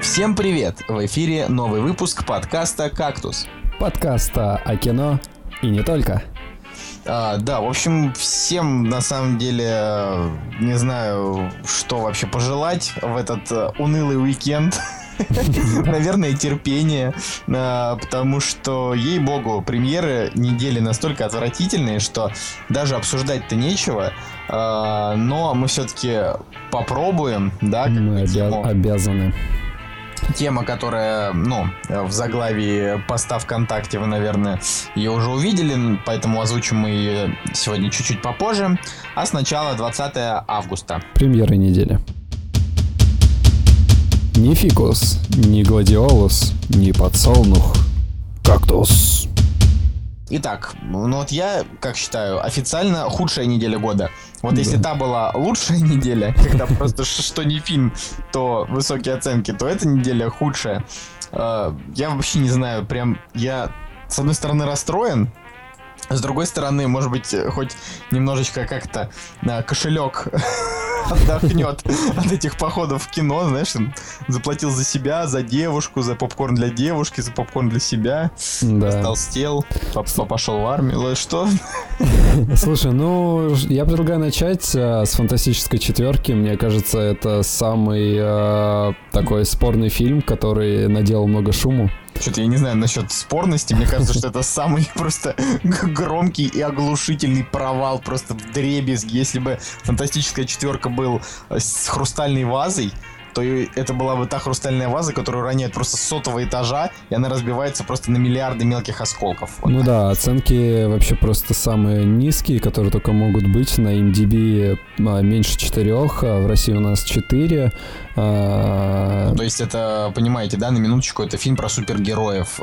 Всем привет! В эфире новый выпуск подкаста «Кактус». Подкаста о кино и не только. Да, в общем, всем на самом деле не знаю, что вообще пожелать в этот унылый уикенд. Наверное, терпение, потому что, ей-богу, премьеры недели настолько отвратительные, что даже обсуждать-то нечего, но мы все-таки попробуем, да? Мы обязаны. Тема, которая, в заглавии поста ВКонтакте, вы, наверное, ее уже увидели, поэтому озвучим мы ее сегодня чуть-чуть попозже. А сначала 20 августа. Премьеры недели. Ни фикус, ни гладиолус, ни подсолнух. Кактус. Итак, я, как считаю, официально худшая неделя года. Если та была лучшая неделя, когда просто что не фильм, то высокие оценки, то эта неделя худшая. Я вообще не знаю, я с одной стороны расстроен, с другой стороны, может быть, хоть немножечко как-то кошелек отдохнет от этих походов в кино, знаешь, заплатил за себя, за девушку, за попкорн для девушки, за попкорн для себя, толстел, пошел в армию, что? Слушай, я предлагаю начать с «Фантастической четверки». Мне кажется, это самый такой спорный фильм, который наделал много шуму. Что-то я не знаю насчет спорности. Мне кажется, что это самый просто громкий и оглушительный провал, просто вдребезги. Если бы «Фантастическая четверка» был с хрустальной вазой, то это была бы та хрустальная ваза, которую роняют просто с 100-го этажа, и она разбивается просто на миллиарды мелких осколков. Оценки вообще просто самые низкие, которые только могут быть. На IMDb меньше 4, а в России у нас 4. То есть это, понимаете, на минуточку, это фильм про супергероев.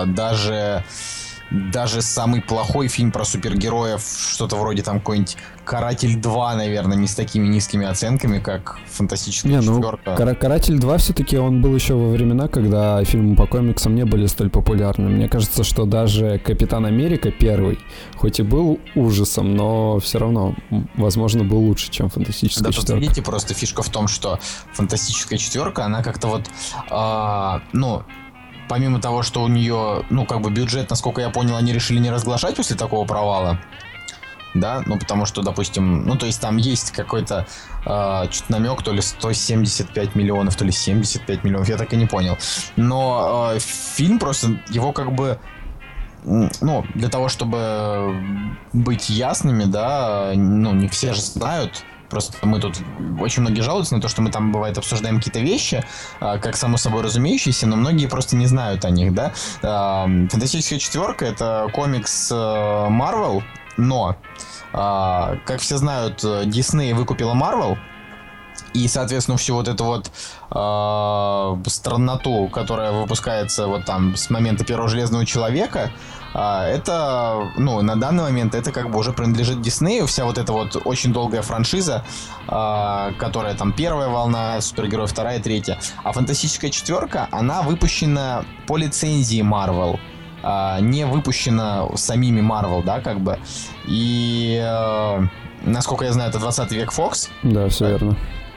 Даже самый плохой фильм про супергероев, что-то вроде там какой-нибудь «Каратель 2», наверное, не с такими низкими оценками, как «Фантастическая четверка». «Каратель 2» все-таки он был еще во времена, когда фильмы по комиксам не были столь популярны. Мне кажется, что даже «Капитан Америка» первый, хоть и был ужасом, но все равно, возможно, был лучше, чем «Фантастическая четверка». Да, тут видите, просто фишка в том, что «Фантастическая четверка», она как-то помимо того, что у нее, бюджет, насколько я понял, они решили не разглашать после такого провала. Да, потому что, допустим, то есть там есть какой-то что-то намек, то ли 175 миллионов, то ли 75 миллионов, я так и не понял. Но фильм просто, его для того, чтобы быть ясными, да, не все же знают. Просто мы тут очень многие жалуются на то, что мы там, бывает, обсуждаем какие-то вещи, как само собой разумеющиеся, но многие просто не знают о них, да. «Фантастическая четверка» — это комикс Marvel, но, как все знают, Disney выкупила Marvel, и, соответственно, всю вот эту странноту, которая выпускается с момента первого «Железного человека», это, на данный момент это уже принадлежит Диснею, вся эта очень долгая франшиза, которая там первая волна супергероев, вторая, третья. А «Фантастическая четверка», она выпущена по лицензии Marvel, не выпущена самими Marvel, да, И, насколько я знаю, это 20 век Fox. Да, все верно.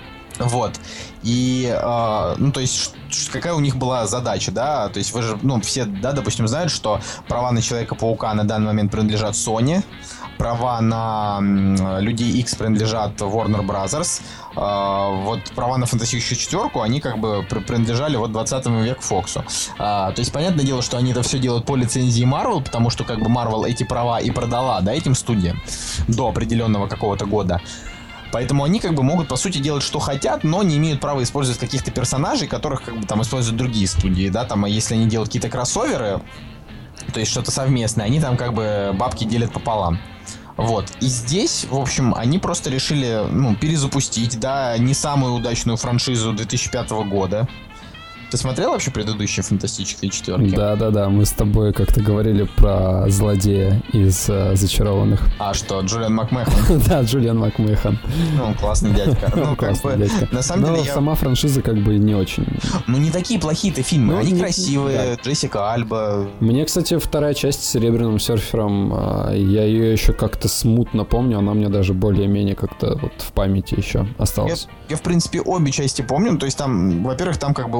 И, то есть, какая у них была задача, да? То есть, вы же, все, да, допустим, знают, что права на Человека-паука на данный момент принадлежат Sony, права на Людей Икс принадлежат Warner Brothers, права на Фантастическую четверку, они принадлежали 20 век Фоксу. То есть, понятное дело, что они это все делают по лицензии Marvel, потому что Marvel эти права и продала, да, этим студиям до определенного какого-то года. Поэтому они могут, по сути, делать, что хотят, но не имеют права использовать каких-то персонажей, которых используют другие студии, да, а если они делают какие-то кроссоверы, то есть что-то совместное, они там бабки делят пополам. И здесь, в общем, они просто решили, перезапустить, да, не самую удачную франшизу 2005 года. Ты смотрел вообще предыдущие «Фантастические четверки»? Да, мы с тобой как-то говорили про злодея из «Зачарованных». А что, Джулиан Макмэхон? Да, Джулиан Макмэхон. Классный дядька. Классный дядька. На самом деле сама франшиза не очень. Не такие плохие-то фильмы, они красивые, Джессика Альба. Мне, кстати, вторая часть с «Серебряным серфером», я ее еще как-то смутно помню, она мне даже более-менее как-то в памяти еще осталась. Я, в принципе, обе части помню, то есть там, во-первых, там огненного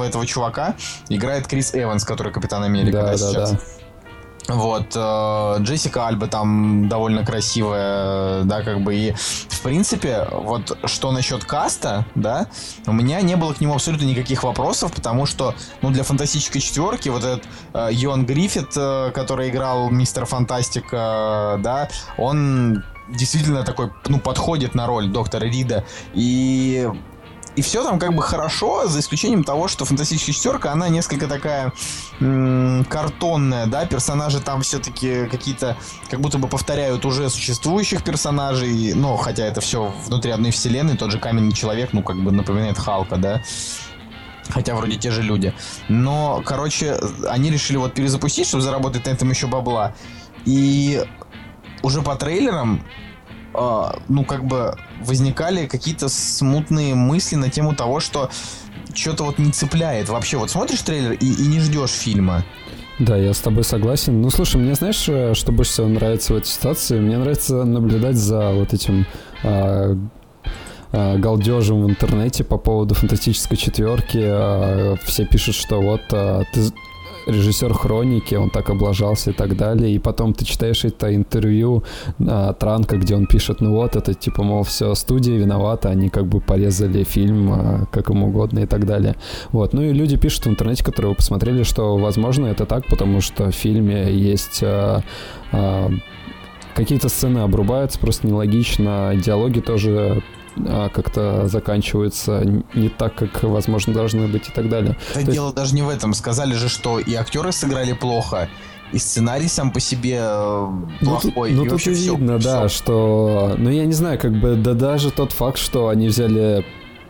этого чувака играет Крис Эванс, который Капитан Америка, сейчас. Да. Вот, Джессика Альба там довольно красивая, да, как бы, и, в принципе, вот, что насчет каста, да, у меня не было к нему абсолютно никаких вопросов, потому что, ну, для Фантастической четверки вот этот Йоан Гриффит, который играл Мистера Фантастика, да, он действительно такой, ну, подходит на роль доктора Рида, и все там как бы хорошо, за исключением того, что Фантастическая четверка, она несколько такая картонная, да, персонажи там все-таки какие-то, как будто бы повторяют уже существующих персонажей, но хотя это все внутри одной вселенной, тот же Каменный человек, ну, как бы напоминает Халка, да, хотя вроде те же люди. Но, короче, они решили вот перезапустить, чтобы заработать на этом еще бабла, и уже по трейлерам ну, как бы возникали какие-то смутные мысли на тему того, что что-то вот не цепляет. Вообще, вот смотришь трейлер и не ждешь фильма. Да, я с тобой согласен. Ну, слушай, мне знаешь, что больше всего нравится в этой ситуации? Мне нравится наблюдать за вот этим галдежем в интернете по поводу Фантастической четверки. Все пишут, что вот ты режиссер «Хроники», он так облажался и так далее, и потом ты читаешь это интервью Транка, где он пишет, ну вот, это типа, мол, все, студия виновата, они как бы порезали фильм как им угодно и так далее. Вот, ну и люди пишут в интернете, которые посмотрели, что, возможно, это так, потому что в фильме есть какие-то сцены обрубаются просто нелогично, диалоги тоже как-то заканчиваются не так, как, возможно, должны быть и так далее. Это дело даже не в этом. Сказали же, что и актеры сыграли плохо, и сценарий сам по себе плохой. Ну, тут и видно, все. Да, что... Ну, я не знаю, как бы, да даже тот факт, что они взяли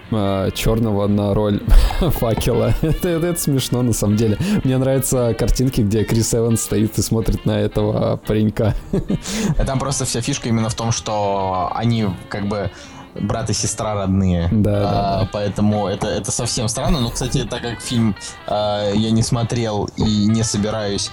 черного на роль Факела. это смешно, на самом деле. Мне нравятся картинки, где Крис Эванс стоит и смотрит на этого паренька. Там просто вся фишка именно в том, что они, как бы, брат и сестра родные. Да. Поэтому это совсем странно. Но, кстати, так как фильм я не смотрел и не собираюсь,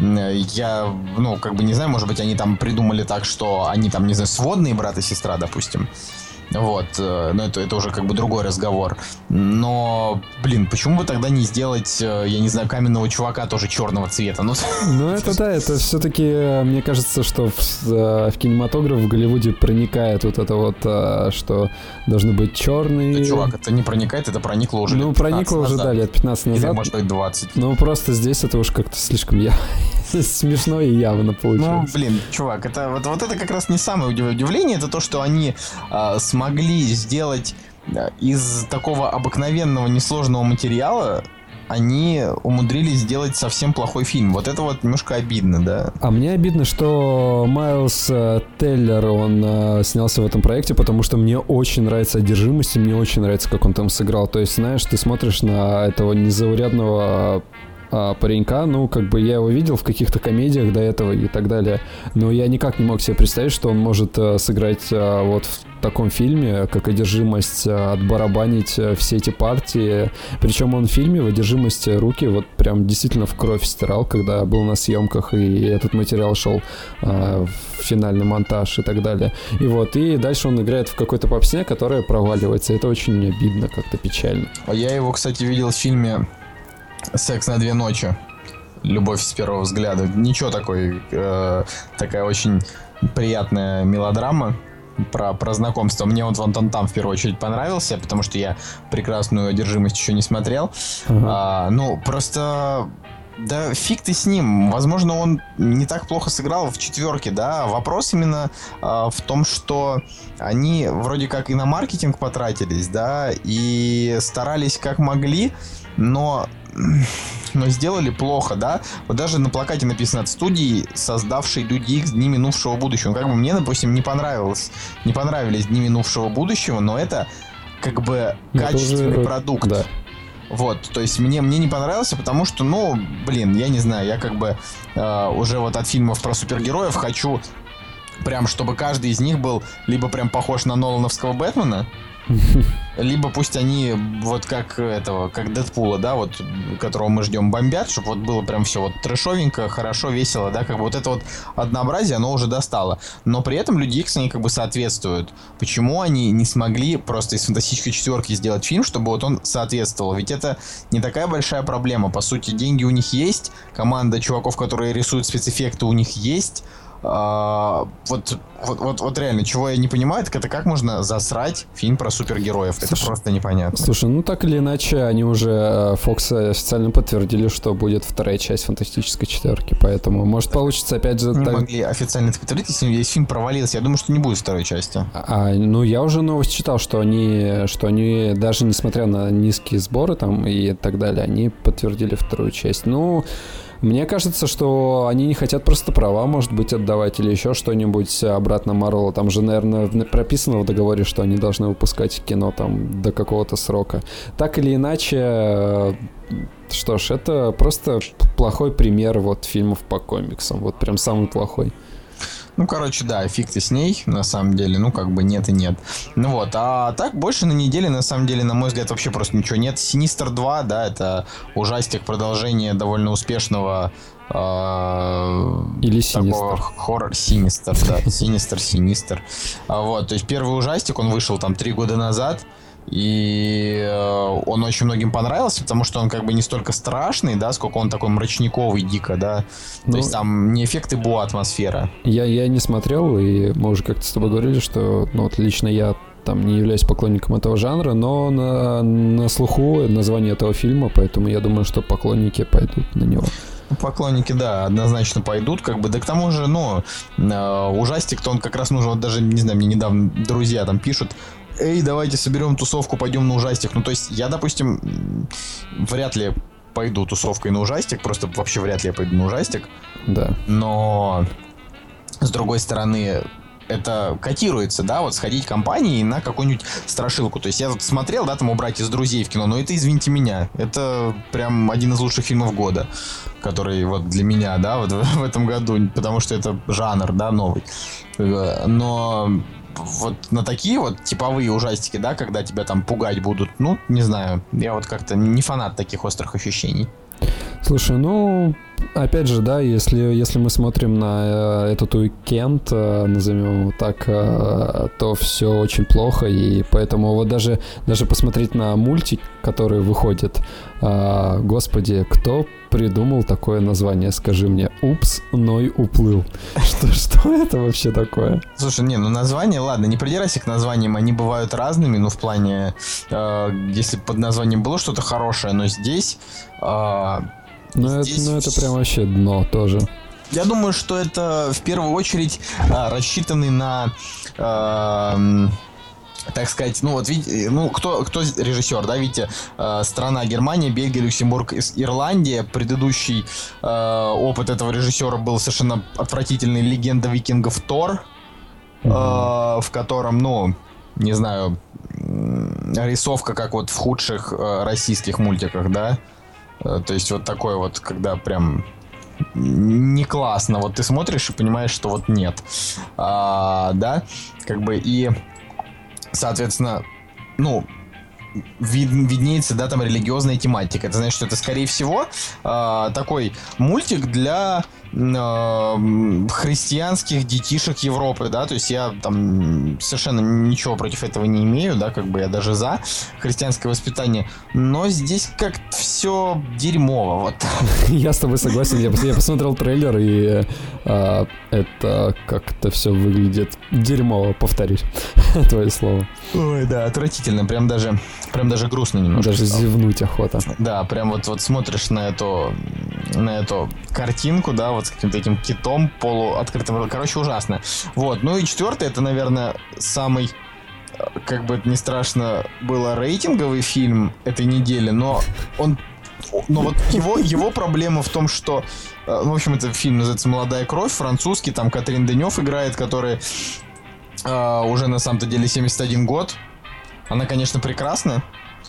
я, ну, как бы не знаю, может быть, они там придумали так, что они там, не знаю, сводные брат и сестра, допустим. Вот, но это уже как бы другой разговор. Но, блин, почему бы тогда не сделать, я не знаю, Каменного чувака тоже черного цвета? Ну, это да, это все-таки, мне кажется, что в кинематограф в Голливуде проникает вот это вот, что должны быть черные. Да, чувак, это не проникает, это проникло уже лет 15 проникло уже, да, лет 15 назад. Или, может быть, 20. Ну, просто здесь это уж как-то слишком смешно и явно получилось. Ну, блин, чувак, это вот это как раз не самое удивление, это то, что они смогли сделать из такого обыкновенного несложного материала, они умудрились сделать совсем плохой фильм. Вот это вот немножко обидно, да? А мне обидно, что Майлз Теллер, он снялся в этом проекте, потому что мне очень нравится одержимость, и мне очень нравится, как он там сыграл. То есть, знаешь, ты смотришь на этого незаурядного паренька, ну, как бы я его видел в каких-то комедиях до этого и так далее, но я никак не мог себе представить, что он может сыграть вот в таком фильме, как «Одержимость», отбарабанить все эти партии. Причем он в фильме в «Одержимости» руки вот прям действительно в кровь стирал, когда был на съемках, и этот материал шел в финальный монтаж и так далее. И вот, и дальше он играет в какой-то попсне, которая проваливается. Это очень обидно, как-то печально. А я его, кстати, видел в фильме «Секс на две ночи». Любовь с первого взгляда. Ничего такой. Такая очень приятная мелодрама про знакомство. Мне он там в первую очередь понравился, потому что я «Прекрасную одержимость» еще не смотрел. Ну, просто... Да фиг ты с ним. Возможно, он не так плохо сыграл в четверке, да. Вопрос именно в том, что они вроде как и на маркетинг потратились, да, и старались как могли, но сделали плохо, да. Вот даже на плакате написано «От студии, создавшей Люди Икс. Дни минувшего будущего». Как бы мне, допустим, не понравились «Дни минувшего будущего», но это как бы качественный продукт. Да. Вот, то есть мне не понравился, потому что, ну, блин, я не знаю, я как бы уже вот от фильмов про супергероев хочу прям, чтобы каждый из них был либо прям похож на Нолановского Бэтмена, Либо пусть они вот как Дэдпула, да, вот, которого мы ждем, бомбят, чтобы вот было прям все вот трэшовенько, хорошо, весело, да, как бы вот это вот однообразие, оно уже достало. Но при этом Люди Икс, они как бы соответствуют. Почему они не смогли просто из Фантастической четверки сделать фильм, чтобы вот он соответствовал? Ведь это не такая большая проблема. По сути, деньги у них есть, команда чуваков, которые рисуют спецэффекты, у них есть. Вот реально, чего я не понимаю, так это как можно засрать фильм про супергероев. Слушай, это просто непонятно. Слушай, ну так или иначе, они уже, Fox официально подтвердили, что будет вторая часть Фантастической четверки, поэтому, может, получится опять же... Не могли официально это подтвердить, если весь фильм провалился. Я думаю, что не будет второй части. Ну, я уже новость читал, что они даже несмотря на низкие сборы там и так далее, они подтвердили вторую часть. Ну... Мне кажется, что они не хотят просто права, может быть, отдавать или еще что-нибудь обратно Марвелу. Там же, наверное, прописано в договоре, что они должны выпускать кино там до какого-то срока. Так или иначе, что ж, это просто плохой пример вот фильмов по комиксам. Вот прям самый плохой. Ну, короче, да, фиг-то с ней, на самом деле, ну, как бы нет и нет. Ну вот, а так больше на неделе, на самом деле, на мой взгляд, вообще просто ничего нет. Синистер 2, да, это ужастик, продолжение довольно успешного... Или Синистер. Хоррор Синистер, да, Синистер. Вот, то есть первый ужастик, он вышел там 3 года назад. И он очень многим понравился, потому что он как бы не столько страшный, да, сколько он такой мрачниковый дико, да. То есть там не эффекты Бо, атмосфера. Я не смотрел, и мы уже как-то с тобой говорили, что, ну, вот лично я там не являюсь поклонником этого жанра, но на слуху название этого фильма, поэтому я думаю, что поклонники пойдут на него. Поклонники, да, однозначно пойдут, как бы, да к тому же, ну, ужастик-то он как раз нужен, вот даже, не знаю, мне недавно друзья там пишут: эй, давайте соберем тусовку, пойдем на ужастик. Ну, то есть, я, допустим, вряд ли пойду тусовкой на ужастик, просто вообще вряд ли я пойду на ужастик. Да. Но, с другой стороны, это котируется, да, вот сходить компанией на какую-нибудь страшилку. То есть, я тут смотрел, да, там убрать из друзей в кино, но это, извините меня, это прям один из лучших фильмов года, который вот для меня, да, вот в этом году, потому что это жанр, да, новый. Но... вот на такие вот типовые ужастики, да, когда тебя там пугать будут, ну, не знаю, я вот как-то не фанат таких острых ощущений. Слушай, ну, опять же, да, если мы смотрим на этот уикенд, назовем его так, то все очень плохо, и поэтому вот даже посмотреть на мультик, который выходит, господи, кто придумал такое название, скажи мне? Упс, Ной уплыл. Что это вообще такое? Слушай, не, ну название, ладно, не придирайся к названиям, они бывают разными, ну в плане, если под названием было что-то хорошее, но здесь... это прям вообще дно тоже. Я думаю, что это в первую очередь рассчитанный на... так сказать, ну вот видите, ну кто режиссер, да, видите, страна Германия, Бельгия, Люксембург, Ирландия. Предыдущий опыт этого режиссера был совершенно отвратительный «Легенда викингов Тор», в котором, ну, не знаю, рисовка как вот в худших российских мультиках, да, то есть вот такой вот, когда прям не классно, вот ты смотришь и понимаешь, что вот нет, да, как бы и... Соответственно, ну, виднеется, да, там религиозная тематика. Это значит, что это, скорее всего, такой мультик для христианских детишек Европы, да, то есть я там совершенно ничего против этого не имею, да, как бы я даже за христианское воспитание, но здесь как-то все дерьмово, вот. Я с тобой согласен, я посмотрел трейлер, и это как-то все выглядит дерьмово, повторюсь, твое слово. Ой, да, отвратительно, прям даже грустно немножко. Даже зевнуть охота. Да, прям вот смотришь на эту картинку, да, вот с каким-то этим китом полуоткрытым. Короче, ужасно. Вот. Ну и четвертый, это, наверное, самый, как бы это ни страшно было, рейтинговый фильм этой недели, но вот его проблема в том, что, в общем, это фильм называется «Молодая кровь», французский, там Катрин Денёв играет, которая уже на самом-то деле 71 год. Она, конечно, прекрасна.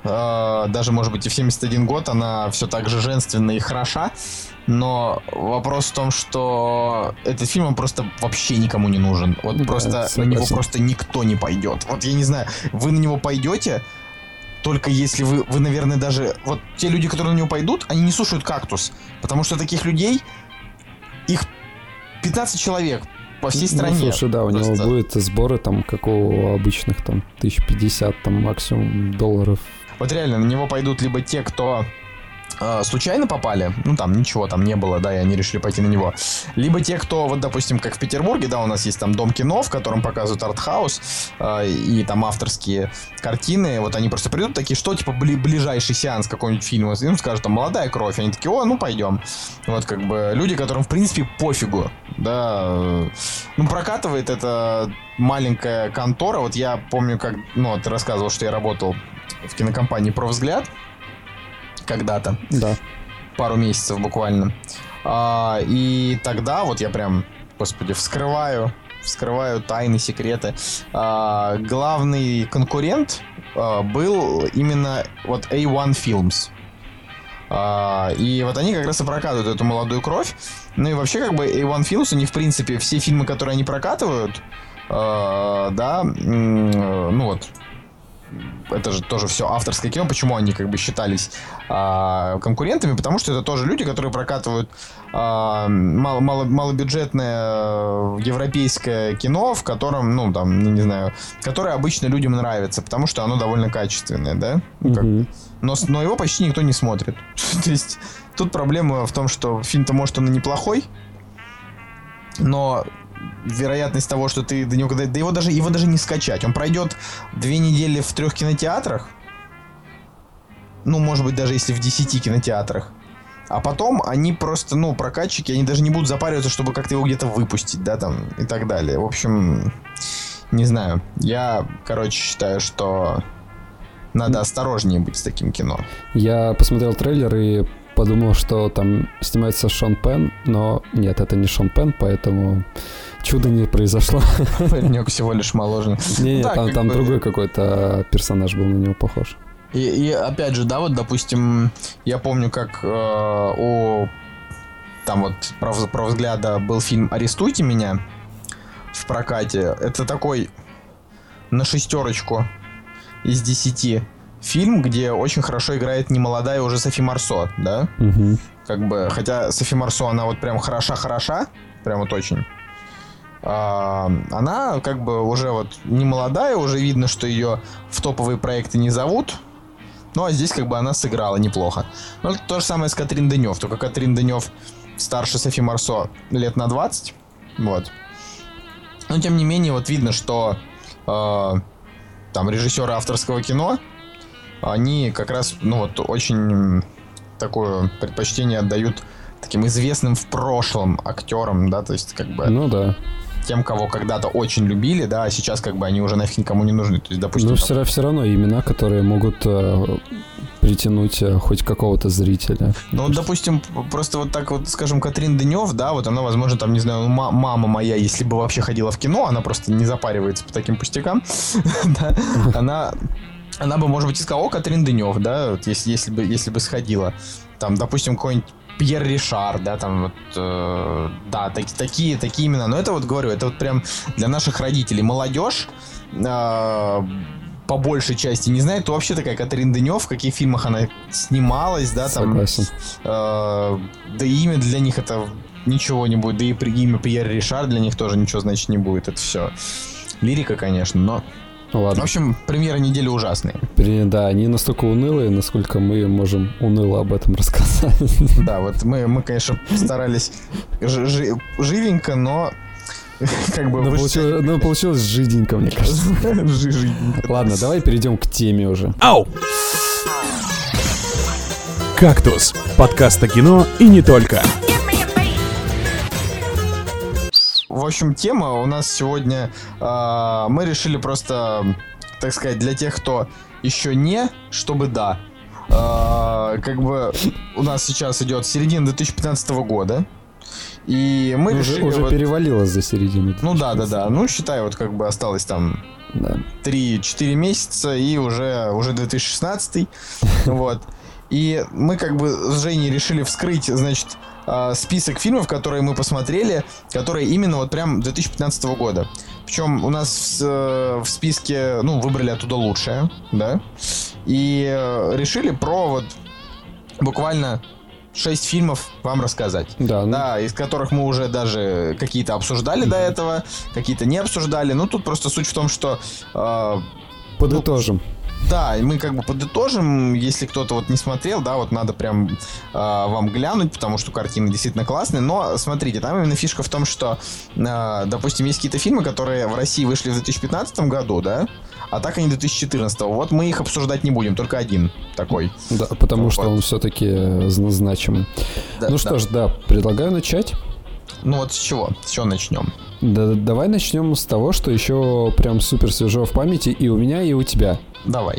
даже, может быть, и в 71 год она все так же женственна и хороша. Но вопрос в том, что этот фильм, он просто вообще никому не нужен. Вот просто на него просто никто не пойдет. Вот я не знаю, вы на него пойдете, только если вы, наверное, даже... Вот те люди, которые на него пойдут, они не слушают «Кактус». Потому что таких людей, их 15 человек по всей стране. Ну, слушай, да, у него будет сборы, там, как у обычных, там, 1050, там, максимум $. Вот реально, на него пойдут либо те, кто случайно попали, ну там ничего там не было, да, и они решили пойти на него. Либо те, кто, вот допустим, как в Петербурге, да, у нас есть там Дом кино, в котором показывают артхаус и там авторские картины, вот они просто придут такие, что типа ближайший сеанс какого-нибудь фильма, им скажут там «Молодая кровь», они такие: о, ну пойдем. Вот как бы люди, которым в принципе пофигу, да, ну прокатывает это маленькая контора. Вот я помню, как, ну ты рассказывал, что я работал в кинокомпании «Провзгляд» когда-то. Да. Пару месяцев буквально. И тогда вот я прям, господи, вскрываю тайны, секреты. Главный конкурент был именно вот A1 Films. И вот они как раз и прокатывают эту «Молодую кровь». Ну и вообще как бы A1 Films, у них в принципе все фильмы, которые они прокатывают, да, ну вот, это же тоже все авторское кино. Почему они как бы считались конкурентами? Потому что это тоже люди, которые прокатывают малобюджетное европейское кино, в котором, ну там, не знаю, которое обычно людям нравится, потому что оно довольно качественное, да? Но его почти никто не смотрит. То есть тут проблема в том, что фильм-то, может, он и неплохой, но вероятность того, что ты до него, да его даже не скачать. Он пройдет 2 недели в 3 кинотеатрах. Ну, может быть, даже если в 10 кинотеатрах. А потом они просто, ну, прокатчики, они даже не будут запариваться, чтобы как-то его где-то выпустить, да, там, и так далее. В общем, не знаю. Я, короче, считаю, что надо осторожнее быть с таким кино. Я посмотрел трейлер и подумал, что там снимается Шон Пенн, но нет, это не Шон Пенн, поэтому чудо не произошло. Паренек всего лишь моложе. Не, там другой какой-то персонаж был на него похож. И опять же, да, вот, допустим, я помню, как у там вот про взгляда был фильм «Арестуйте меня» в прокате. Это такой на 6 из 10 фильм, где очень хорошо играет немолодая уже Софи Марсо, да? Угу. Как бы, хотя Софи Марсо, она вот прям хороша, прям вот очень. Она как бы уже вот не молодая, уже видно, что ее в топовые проекты не зовут. Ну, а здесь как бы она сыграла неплохо. Ну, то же самое с Катрин Денев, только Катрин Денев старше Софи Марсо лет на 20. Вот. Но, тем не менее, вот видно, что там режиссеры авторского кино, они как раз, ну вот, очень такое предпочтение отдают таким известным в прошлом актерам, да, то есть как бы... Ну да. Тем, кого когда-то очень любили, да, а сейчас как бы они уже нафиг никому не нужны. То есть, допустим... Ну, все равно имена, которые могут притянуть хоть какого-то зрителя. Ну, вот, допустим, просто вот так вот, скажем, Катрин Денев, да, вот она, возможно, там, не знаю, мама моя, если бы вообще ходила в кино, она просто не запаривается по таким пустякам, да, она бы, может быть, искала: о, Катрин Денев, да, если бы сходила. Там, допустим, какой-нибудь Пьер Ришар, да, там вот, да, такие имена. Но это вот, говорю, это вот прям для наших родителей. Молодежь по большей части не знает, кто вообще такая Катрин Денев, в каких фильмах она снималась, да, там. Согласен. Да и имя для них это ничего не будет, да и имя Пьер Ришар для них тоже ничего значит не будет. Это все лирика, конечно, но... Ладно. В общем, премьеры недели ужасные. Да, они настолько унылые, насколько мы можем уныло об этом рассказать. Да, вот мы конечно, старались живенько, но как бы... Но получилось жиденько, мне кажется. Жиденько. Ладно, давай перейдем к теме уже. Ау! «Кактус» — подкаст о кино и не только. В общем, тема у нас сегодня... мы решили просто, так сказать, для тех, кто еще не, чтобы да. Как бы у нас сейчас идет середина 2015 года. И мы решили... Уже вот... перевалило за середину. Ну да. Ну, считай, вот как бы осталось там 3-4 месяца, и уже 2016. Вот. И мы как бы с Женей решили вскрыть, значит, список фильмов, которые мы посмотрели, которые именно вот прям 2015 года. Причем у нас в списке, выбрали оттуда лучшее, да, и решили про вот буквально 6 фильмов вам рассказать. Да, из которых мы уже даже какие-то обсуждали до этого, какие-то не обсуждали. Ну, тут просто суть в том, что... подытожим. Да, мы как бы подытожим, если кто-то вот не смотрел, да, вот надо прям вам глянуть, потому что картины действительно классные. Но смотрите, там именно фишка в том, что, допустим, есть какие-то фильмы, которые в России вышли в 2015 году, да, а так они 2014. Вот мы их обсуждать не будем, только один такой. Да, потому что он все-таки значимый. Да, что ж, предлагаю начать. Ну вот с чего? С чего начнем? Да, давай начнем с того, что еще прям супер свежо в памяти и у меня, и у тебя. Давай.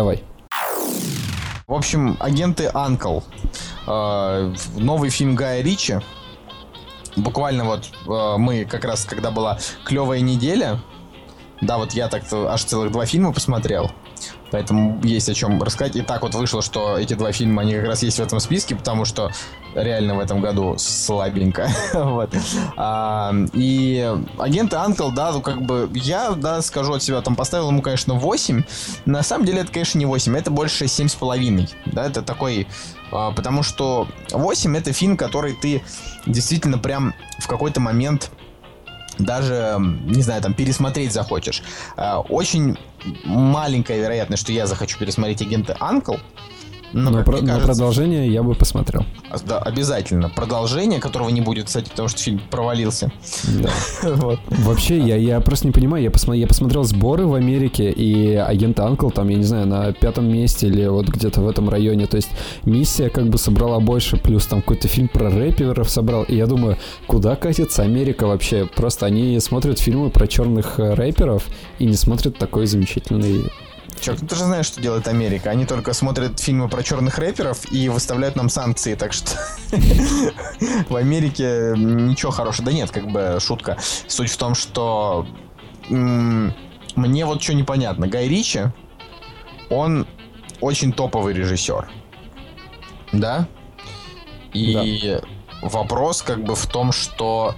В общем, «Агенты Анкл». Новый фильм Гая Ричи. Буквально вот мы как раз, когда была клевая неделя, да, вот я так-то аж целых 2 фильма посмотрел. Поэтому есть о чем рассказать. И так вот вышло, что эти 2 фильма, они как раз есть в этом списке, потому что реально в этом году слабенько. Вот. И «Агенты Анкл», да, как бы я, да, скажу от себя, там поставил ему, конечно, 8. На самом деле это, конечно, не 8, это больше 7,5. Да, это такой... Потому что 8 — это фильм, который ты действительно прям в какой-то момент... даже, не знаю, там, пересмотреть захочешь. Очень маленькая вероятность, что я захочу пересмотреть «Агенты Анкл». Но продолжение я бы посмотрел. Да, обязательно. Продолжение, которого не будет, кстати, потому что фильм провалился. Да. Вот. Вообще, я просто не понимаю. Я посмотрел сборы в Америке, и «Агент Анкл» там, я не знаю, на 5-м месте или вот где-то в этом районе. То есть «Миссия» как бы собрала больше, плюс там какой-то фильм про рэперов собрал. И я думаю, куда катится Америка вообще? Просто они смотрят фильмы про черных рэперов и не смотрят такой замечательный... Чувак, ты же знаешь, что делает Америка. Они только смотрят фильмы про черных рэперов и выставляют нам санкции, так что в Америке ничего хорошего. Да нет, как бы шутка. Суть в том, что мне вот что непонятно. Гай Ричи, он очень топовый режиссер. Да? И вопрос как бы в том, что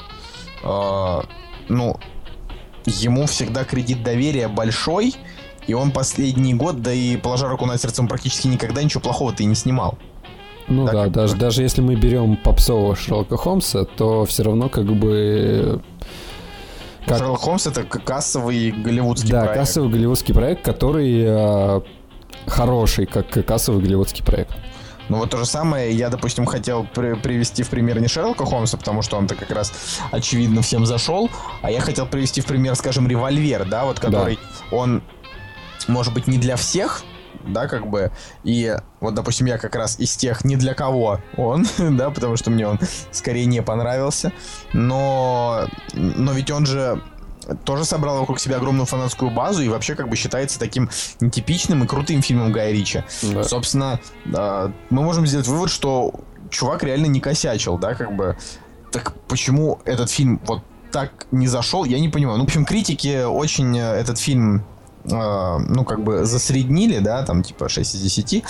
ему всегда кредит доверия большой. И он последний год, да и положа руку на сердце, он практически никогда ничего плохого-то и не снимал. Ну да, даже если мы берем попсового Шерлока Холмса, то все равно как бы... Шерлок Холмс — это кассовый голливудский проект. Да, кассовый голливудский проект, который хороший, как кассовый голливудский проект. Ну вот то же самое я, допустим, хотел привести в пример не Шерлока Холмса, потому что он-то как раз очевидно всем зашел, а я хотел привести в пример, скажем, «Револьвер», да, вот который он... может быть, не для всех, да, как бы, и вот, допустим, я как раз из тех не для кого он, да, потому что мне он скорее не понравился, но ведь он же тоже собрал вокруг себя огромную фанатскую базу и вообще как бы считается таким нетипичным и крутым фильмом Гая Ричи. Да. Собственно, мы можем сделать вывод, что чувак реально не косячил, да, как бы, так почему этот фильм вот так не зашел, я не понимаю. Ну, в общем, критики очень этот фильм... как бы засреднили, да, там типа 6 из 10.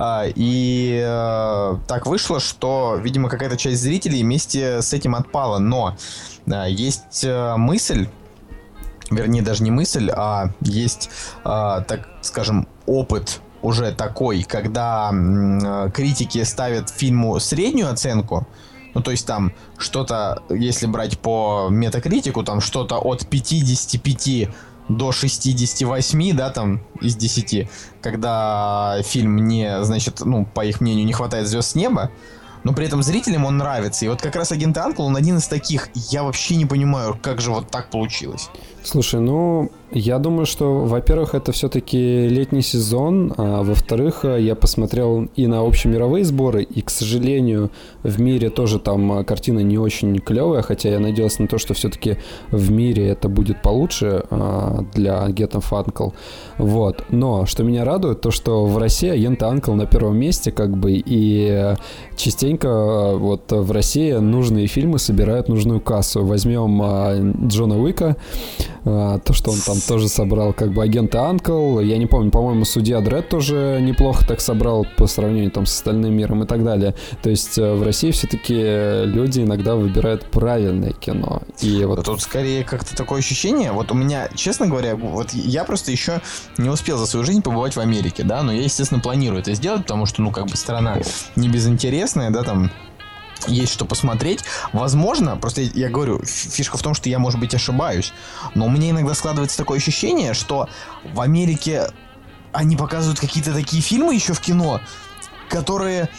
И так вышло, что, видимо, какая-то часть зрителей вместе с этим отпала. Но есть мысль, вернее, даже не мысль, а есть, так скажем, опыт уже такой, когда критики ставят фильму среднюю оценку. Ну, то есть там что-то, если брать по метакритику, там что-то от 55 до 68, да, там, из 10, когда фильм не, значит, по их мнению, не хватает звезд с неба, но при этом зрителям он нравится. И вот как раз «Агент Анкл», он один из таких. Я вообще не понимаю, как же вот так получилось. Слушай, я думаю, что, во-первых, это все-таки летний сезон, а во-вторых, я посмотрел и на общемировые сборы, и, к сожалению, в мире тоже там картина не очень клевая, хотя я надеялся на то, что все-таки в мире это будет получше для агентов Анкл. Вот. Но, что меня радует, то, что в России агенты Анкл на первом месте, как бы, и частенько вот в России нужные фильмы собирают нужную кассу. Возьмем Джона Уика, То, что он там тоже собрал как бы агента Анкл. Я не помню, по-моему, Судья Дред тоже неплохо так собрал по сравнению там с остальным миром и так далее. То есть в России все-таки люди иногда выбирают правильное кино. И вот... Тут скорее как-то такое ощущение. Вот у меня, честно говоря, вот я просто еще не успел за свою жизнь побывать в Америке, да, но я, естественно, планирую это сделать, потому что, ну, как бы страна не безинтересная, да, там есть что посмотреть. Возможно, просто я говорю, фишка в том, что я, может быть, ошибаюсь, но у меня иногда складывается такое ощущение, что в Америке они показывают какие-то такие фильмы еще в кино, которые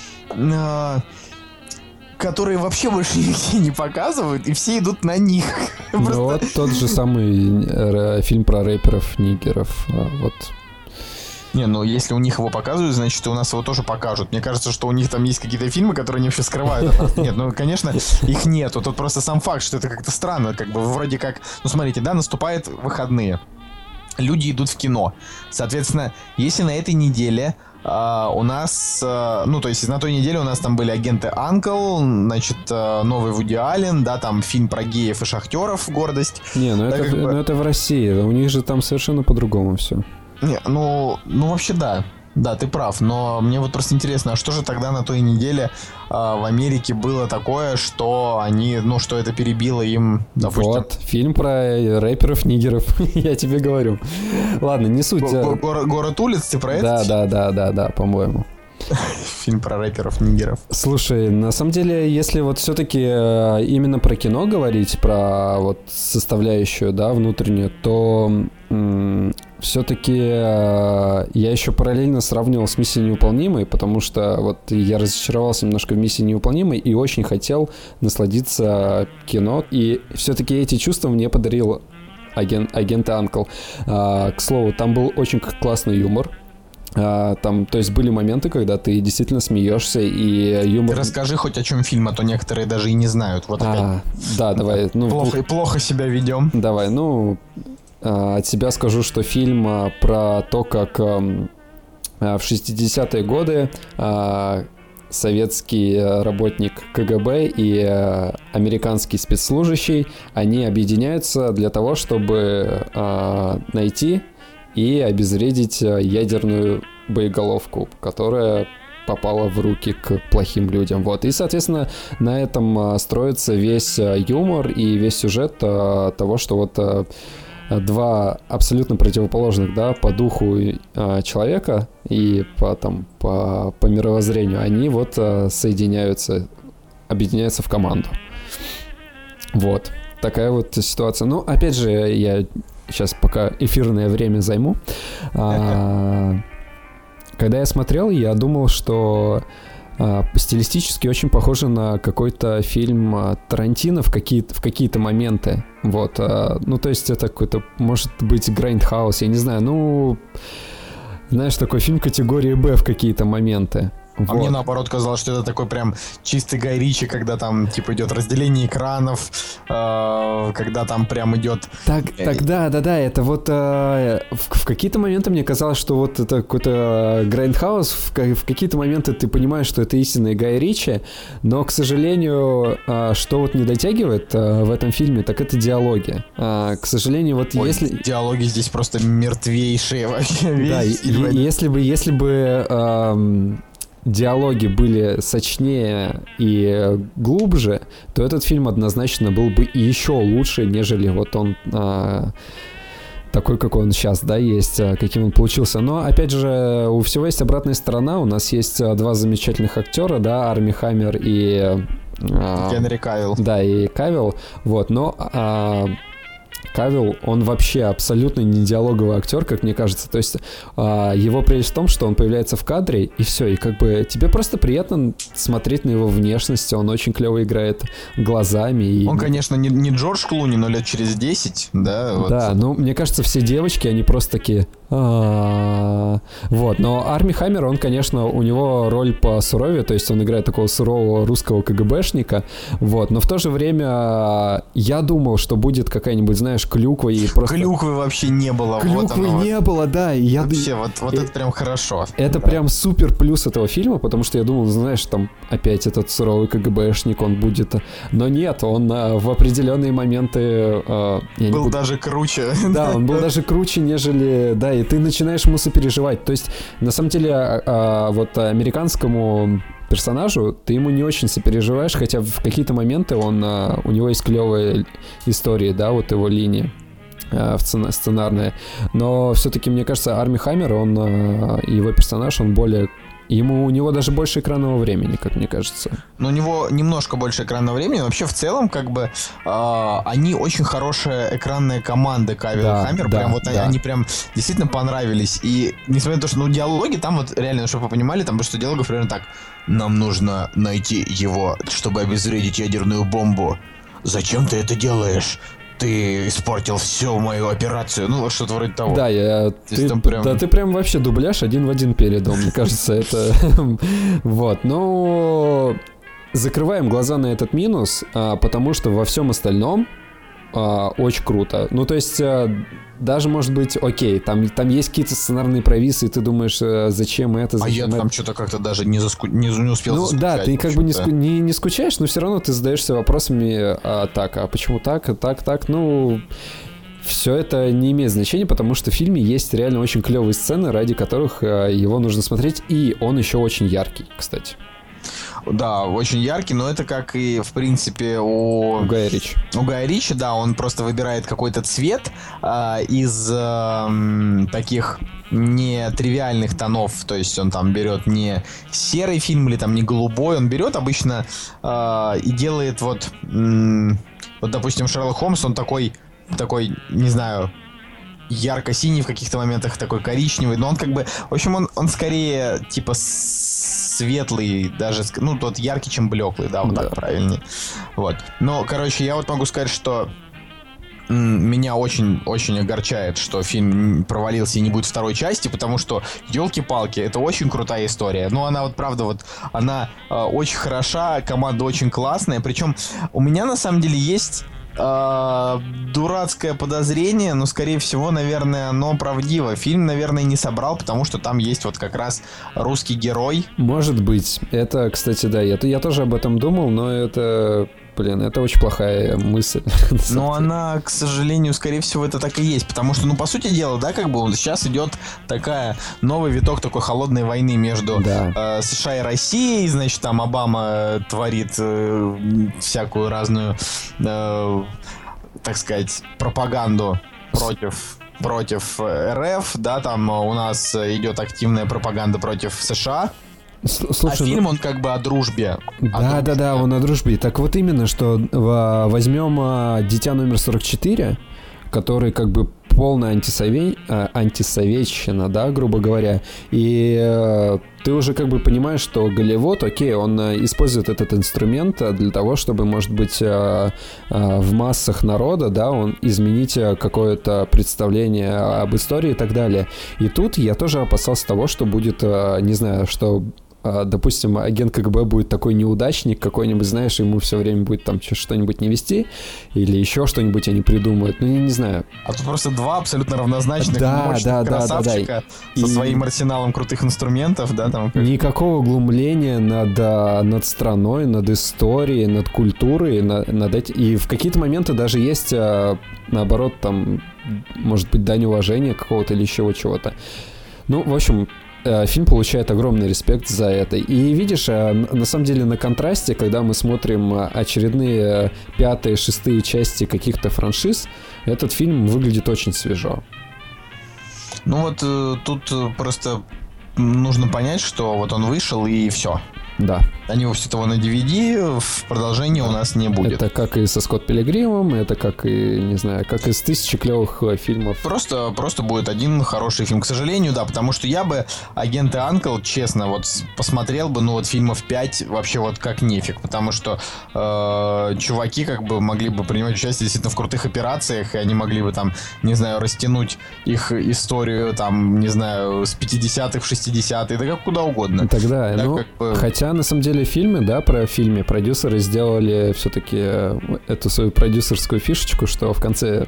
вообще больше нигде не показывают, и все идут на них. Ну вот тот же самый фильм про рэперов-нигеров, вот. Не, ну если у них его показывают, значит и у нас его тоже покажут. Мне кажется, что у них там есть какие-то фильмы, которые они вообще скрывают от нас. Нет, ну конечно, их нету. Тут просто сам факт, что это как-то странно. Как бы вроде как, ну смотрите, да, наступают выходные. Люди идут в кино. Соответственно, если на этой неделе у нас, ну, то есть на той неделе у нас там были агенты Анкл, значит, новый Вуди Аллен, да, там фильм про геев и шахтеров «Гордость». Не, ну, да, это в России, у них же там совершенно по-другому все. Не, ну вообще да. Да, ты прав, но мне вот просто интересно, а что же тогда на той неделе в Америке было такое, что они, ну, что это перебило им, допустим... Вот, фильм про рэперов-нигеров, я тебе говорю. Ладно, не суть. Город улиц, ты про это? Да, по-моему. Фильм про рэперов-нигеров. Слушай, на самом деле, если вот все-таки именно про кино говорить, про вот составляющую, да, внутреннюю, то все-таки я еще параллельно сравнивал с «Миссией невыполнимой», потому что вот я разочаровался немножко в «Миссии невыполнимой» и очень хотел насладиться кино. И все-таки эти чувства мне подарил агент Анкл. К слову, там был очень классный юмор. Там, то есть были моменты, когда ты действительно смеешься, и юмор... Ты расскажи хоть о чем фильм, а то некоторые даже и не знают. Вот опять. Да, давай. Плохо себя ведем. Давай, от себя скажу, что фильм про то, как в 60-е годы советский работник КГБ и американский спецслужащий, они объединяются для того, чтобы найти и обезвредить ядерную боеголовку, которая попала в руки к плохим людям. Вот. И, соответственно, на этом строится весь юмор и весь сюжет того, что вот два абсолютно противоположных, да, по духу человека и по мировоззрению, они вот соединяются, объединяются в команду. Вот. Такая вот ситуация. Ну, опять же, я сейчас пока эфирное время займу. Когда я смотрел, я думал, что стилистически очень похоже на какой-то фильм Тарантино в какие-то моменты. Вот. Ну, то есть это какой-то, может быть, Grindhouse, я не знаю. Ну, знаешь, такой фильм категории Б в какие-то моменты. А мне наоборот казалось, что это такой прям чистый Гай Ричи, когда там типа идет разделение экранов, когда там прям идет... Да, это вот в какие-то моменты мне казалось, что вот это какой-то Grindhouse, в какие-то моменты ты понимаешь, что это истинный Гай Ричи, но, к сожалению, что вот не дотягивает в этом фильме, так это диалоги. К сожалению, вот если... Диалоги здесь просто мертвейшие вообще. Да, если бы диалоги были сочнее и глубже, то этот фильм однозначно был бы еще лучше, нежели вот он такой, какой он сейчас, да, есть, каким он получился. Но, опять же, у всего есть обратная сторона. У нас есть два замечательных актера, да, Арми Хаммер и... Генри Кавилл. Да, и Кавилл. Вот, но... Кавилл, он вообще абсолютно не диалоговый актер, как мне кажется. То есть его прелесть в том, что он появляется в кадре, и все. И как бы тебе просто приятно смотреть на его внешность. Он очень клево играет глазами. Он, конечно, не Джордж Клуни, но лет через 10, да? Вот. Да, ну, мне кажется, все девочки, они просто такие... Вот, но Арми Хаммер, он, конечно, у него роль посуровее, то есть он играет такого сурового русского КГБшника, вот, но в то же время я думал, что будет какая-нибудь, знаешь, клюква и просто... Клюквы вообще не было. Клюквы вот не было, да. И я... Вообще, вот это прям хорошо. Это да. прям супер плюс этого фильма, потому что я думал, знаешь, там опять этот суровый КГБшник, он будет... Но нет, он в определенные моменты... Был даже круче. Да, он был даже круче, нежели... Да, и ты начинаешь ему сопереживать. То есть, на самом деле, вот американскому персонажу ты ему не очень сопереживаешь, хотя в какие-то моменты у него есть клевые истории, да, вот его линия сценарная. Но все-таки, мне кажется, Арми Хаммер, его персонаж, он более... у него даже больше экранного времени, как мне кажется. Но у него немножко больше экранного времени. Вообще, в целом, как бы, они очень хорошая экранная команда, Кавилл и Хаммер. Да, прям вот да. они прям действительно понравились. И несмотря на то, что диалоги там вот реально, чтобы вы понимали, там что диалогов примерно так. Нам нужно найти его, чтобы обезвредить ядерную бомбу. Зачем ты это делаешь? Ты испортил всю мою операцию. Ну, вот что-то вроде того. Да, ты прям вообще дубляж один в один передал, мне кажется, это... Вот, но... Закрываем глаза на этот минус, потому что во всем остальном очень круто. Ну, то есть, даже, может быть, окей, там есть какие-то сценарные провисы, и ты думаешь, зачем это, зачем я там что-то как-то даже не успел заскучать. Да, ты как бы не скучаешь, но все равно ты задаешься вопросами, а почему так, ну... Все это не имеет значения, потому что в фильме есть реально очень клевые сцены, ради которых его нужно смотреть, и он еще очень яркий, кстати. Да, очень яркий, но это как и, в принципе, у Гая Ричи. У Гая Ричи, да, он просто выбирает какой-то цвет из таких нетривиальных тонов, то есть он там берет не серый фильм или там не голубой, он берет обычно и делает вот, допустим, Шерлок Холмс, он такой, не знаю, ярко-синий в каких-то моментах, такой коричневый, но он как бы, в общем, он скорее типа светлый, даже, ну, тот яркий, чем блеклый, да, вот так правильнее. Вот. Но, короче, я вот могу сказать, что меня очень огорчает, что фильм провалился и не будет второй части, потому что, елки-палки, это очень крутая история. Ну, она вот, правда, вот, она очень хороша, команда очень классная, причем у меня, на самом деле, есть... дурацкое подозрение, но, скорее всего, наверное, оно правдиво. Фильм, наверное, не собрал, потому что там есть вот как раз русский герой. Может быть. Это, кстати, да, я тоже об этом думал, но это очень плохая мысль. Но она, к сожалению, скорее всего, это так и есть, потому что, ну, по сути дела, да, как бы сейчас идет новый виток такой холодной войны между США и Россией, значит, там Обама творит всякую разную, так сказать, пропаганду против РФ, да, там у нас идет активная пропаганда против США. Слушай, фильм, он как бы о дружбе. Да, он о дружбе. Так вот именно, что возьмем «Дитя номер 44», который как бы полная антисоветчина, да, грубо говоря. И ты уже как бы понимаешь, что Голливуд, окей, он использует этот инструмент для того, чтобы, может быть, в массах народа, да, он изменить какое-то представление об истории и так далее. И тут я тоже опасался того, что будет, не знаю, что... допустим, агент КГБ будет такой неудачник какой-нибудь, знаешь, ему все время будет там что-нибудь не вести, или еще что-нибудь они придумают, ну, я не знаю. А тут просто два абсолютно равнозначных мощных красавчика со своим арсеналом крутых инструментов, да, там. Никакого глумления над страной, над историей, над культурой, над этим. И в какие-то моменты даже есть, наоборот, там, может быть, дань уважения какого-то или еще чего-то. Ну, в общем... Фильм получает огромный респект за это. И видишь, на самом деле на контрасте, когда мы смотрим очередные 5-е, 6-е части каких-то франшиз, этот фильм выглядит очень свежо. Ну вот тут просто нужно понять, что вот он вышел и все. Да. Они выпустят его на DVD, в продолжении у нас не будет. Это как и со Скотт Пилигримом, это как и, не знаю, как из 1000 клевых фильмов. Просто будет один хороший фильм. К сожалению, да, потому что я бы «Агенты Анкл», честно, вот посмотрел бы, ну вот фильмов 5 вообще вот как нефиг, потому что чуваки как бы могли бы принимать участие действительно в крутых операциях, и они могли бы там, не знаю, растянуть их историю там, не знаю, с 50-х в 60-е, да как куда угодно. Тогда, да, ну, как бы... хотя на самом деле фильмы, да, про фильме продюсеры сделали все-таки эту свою продюсерскую фишечку, что в конце...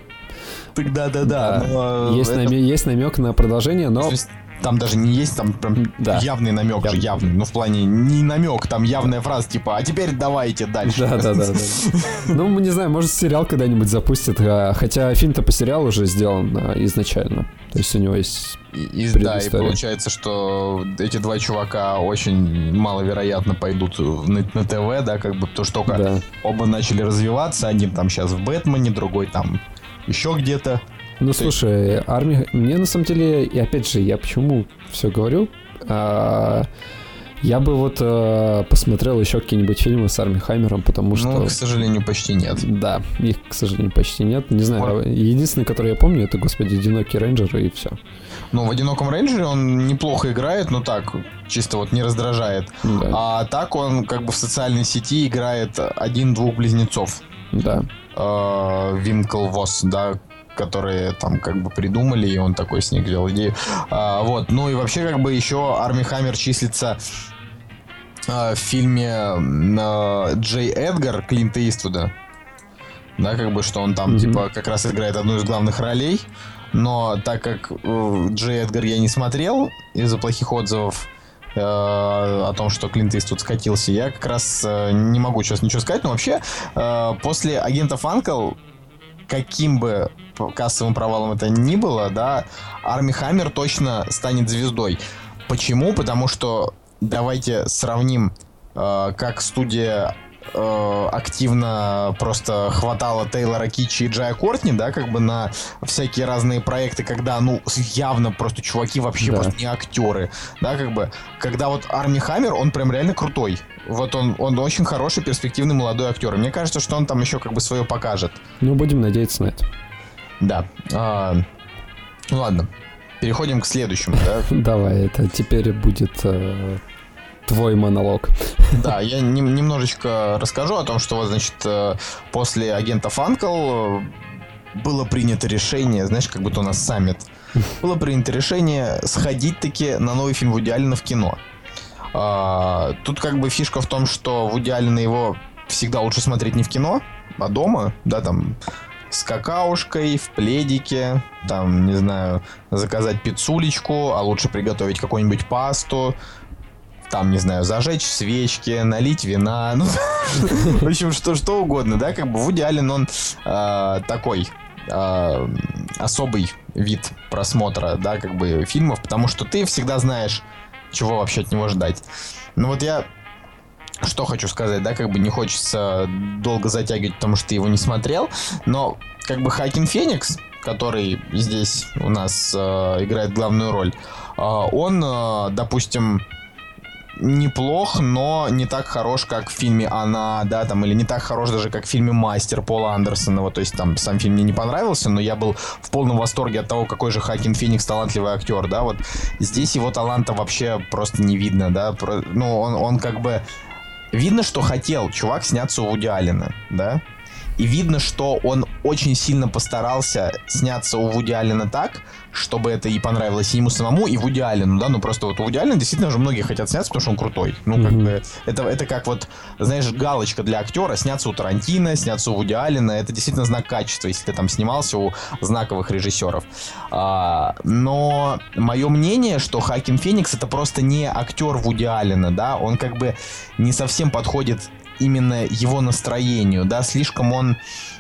Да. Есть намек на продолжение, но... Там даже не есть, там прям явный намек же, явный. Ну, в плане, не намек, там явная фраза, типа, а теперь давайте дальше. Да. Ну, мы не знаю, может, сериал когда-нибудь запустят, хотя фильм-то по сериалу уже сделан изначально. То есть у него есть да, и получается, что эти два чувака очень маловероятно пойдут на ТВ, да, как бы, потому что только оба начали развиваться, один там сейчас в «Бэтмене», другой там еще где-то. Ну, слушай, армия... Мне, на самом деле, и опять же, я почему все говорю, я бы вот посмотрел еще какие-нибудь фильмы с Арми Хаммером, потому что... Ну, к сожалению, почти нет. Да, их, к сожалению, почти нет. Не знаю, единственное, которое я помню, это, господи, «Одинокий рейнджер», и все. Ну, в «Одиноком рейнджере» он неплохо играет, но так, чисто вот не раздражает. Да. А так он как бы в социальной сети играет один-двух близнецов. Да. Винклвос, да, которые там как бы придумали, и он такой с них делал идею. Вот. Ну и вообще как бы еще Арми Хаммер числится в фильме Джей Эдгар Клинта Иствуда. Да, как бы, что он там типа как раз играет одну из главных ролей. Но так как Джей Эдгар я не смотрел из-за плохих отзывов о том, что Клинт Иствуд скатился, я как раз не могу сейчас ничего сказать. Но вообще после «Агентов Анкл», каким бы кассовым провалом это ни было, да, Арми Хаммер точно станет звездой. Почему? Потому что давайте сравним, как студия активно просто хватала Тейлора Китча и Джая Кортни, да, как бы на всякие разные проекты, когда, ну, явно просто чуваки вообще просто не актеры, да, как бы, когда вот Арми Хаммер, он прям реально крутой. Вот он очень хороший, перспективный молодой актер. И мне кажется, что он там еще как бы свое покажет. Ну, будем надеяться на это. Да. Ну ладно, переходим к следующему, да? Давай, это теперь будет твой монолог. Да, я немножечко расскажу о том, что вот, значит, после «Агентов Анкл» было принято решение, знаешь, как будто у нас саммит, было принято решение сходить-таки на новый фильм Вуди Аллена в кино. Тут как бы фишка в том, что Вуди Аллена его всегда лучше смотреть не в кино, а дома, да, там, с какаушкой, в пледике, там, не знаю, заказать пиццулечку, а лучше приготовить какую-нибудь пасту, там, не знаю, зажечь свечки, налить вина, ну, в общем, что угодно, да, как бы Вуди Аллен, он такой особый вид просмотра, да, как бы фильмов, потому что ты всегда знаешь, чего вообще от него ждать. Ну вот я что хочу сказать, да, как бы не хочется долго затягивать, потому что ты его не смотрел, но как бы Хоакин Феникс, который здесь у нас играет главную роль, он, допустим, неплох, но не так хорош, как в фильме «Она», да, там, или не так хорош даже, как в фильме «Мастер» Пола Андерсона. Вот, то есть там сам фильм мне не понравился, но я был в полном восторге от того, какой же Хоакин Феникс талантливый актер, да, вот здесь его таланта вообще просто не видно, да, ну, он как бы... Видно, что хотел чувак сняться у Вуди Аллена, да, и видно, что он очень сильно постарался сняться у Вуди Аллена так, чтобы это и понравилось и ему самому, и Вуди Аллену, да, ну просто вот у Вуди Аллена действительно уже многие хотят сняться, потому что он крутой. Ну, как бы, это как вот, знаешь, галочка для актера, сняться у Тарантино, сняться у Вуди Аллена, это действительно знак качества, если ты там снимался у знаковых режиссеров. Но мое мнение, что Хоакин Феникс это просто не актер Вуди Аллена, да, он как бы не совсем подходит именно его настроению, да, слишком он,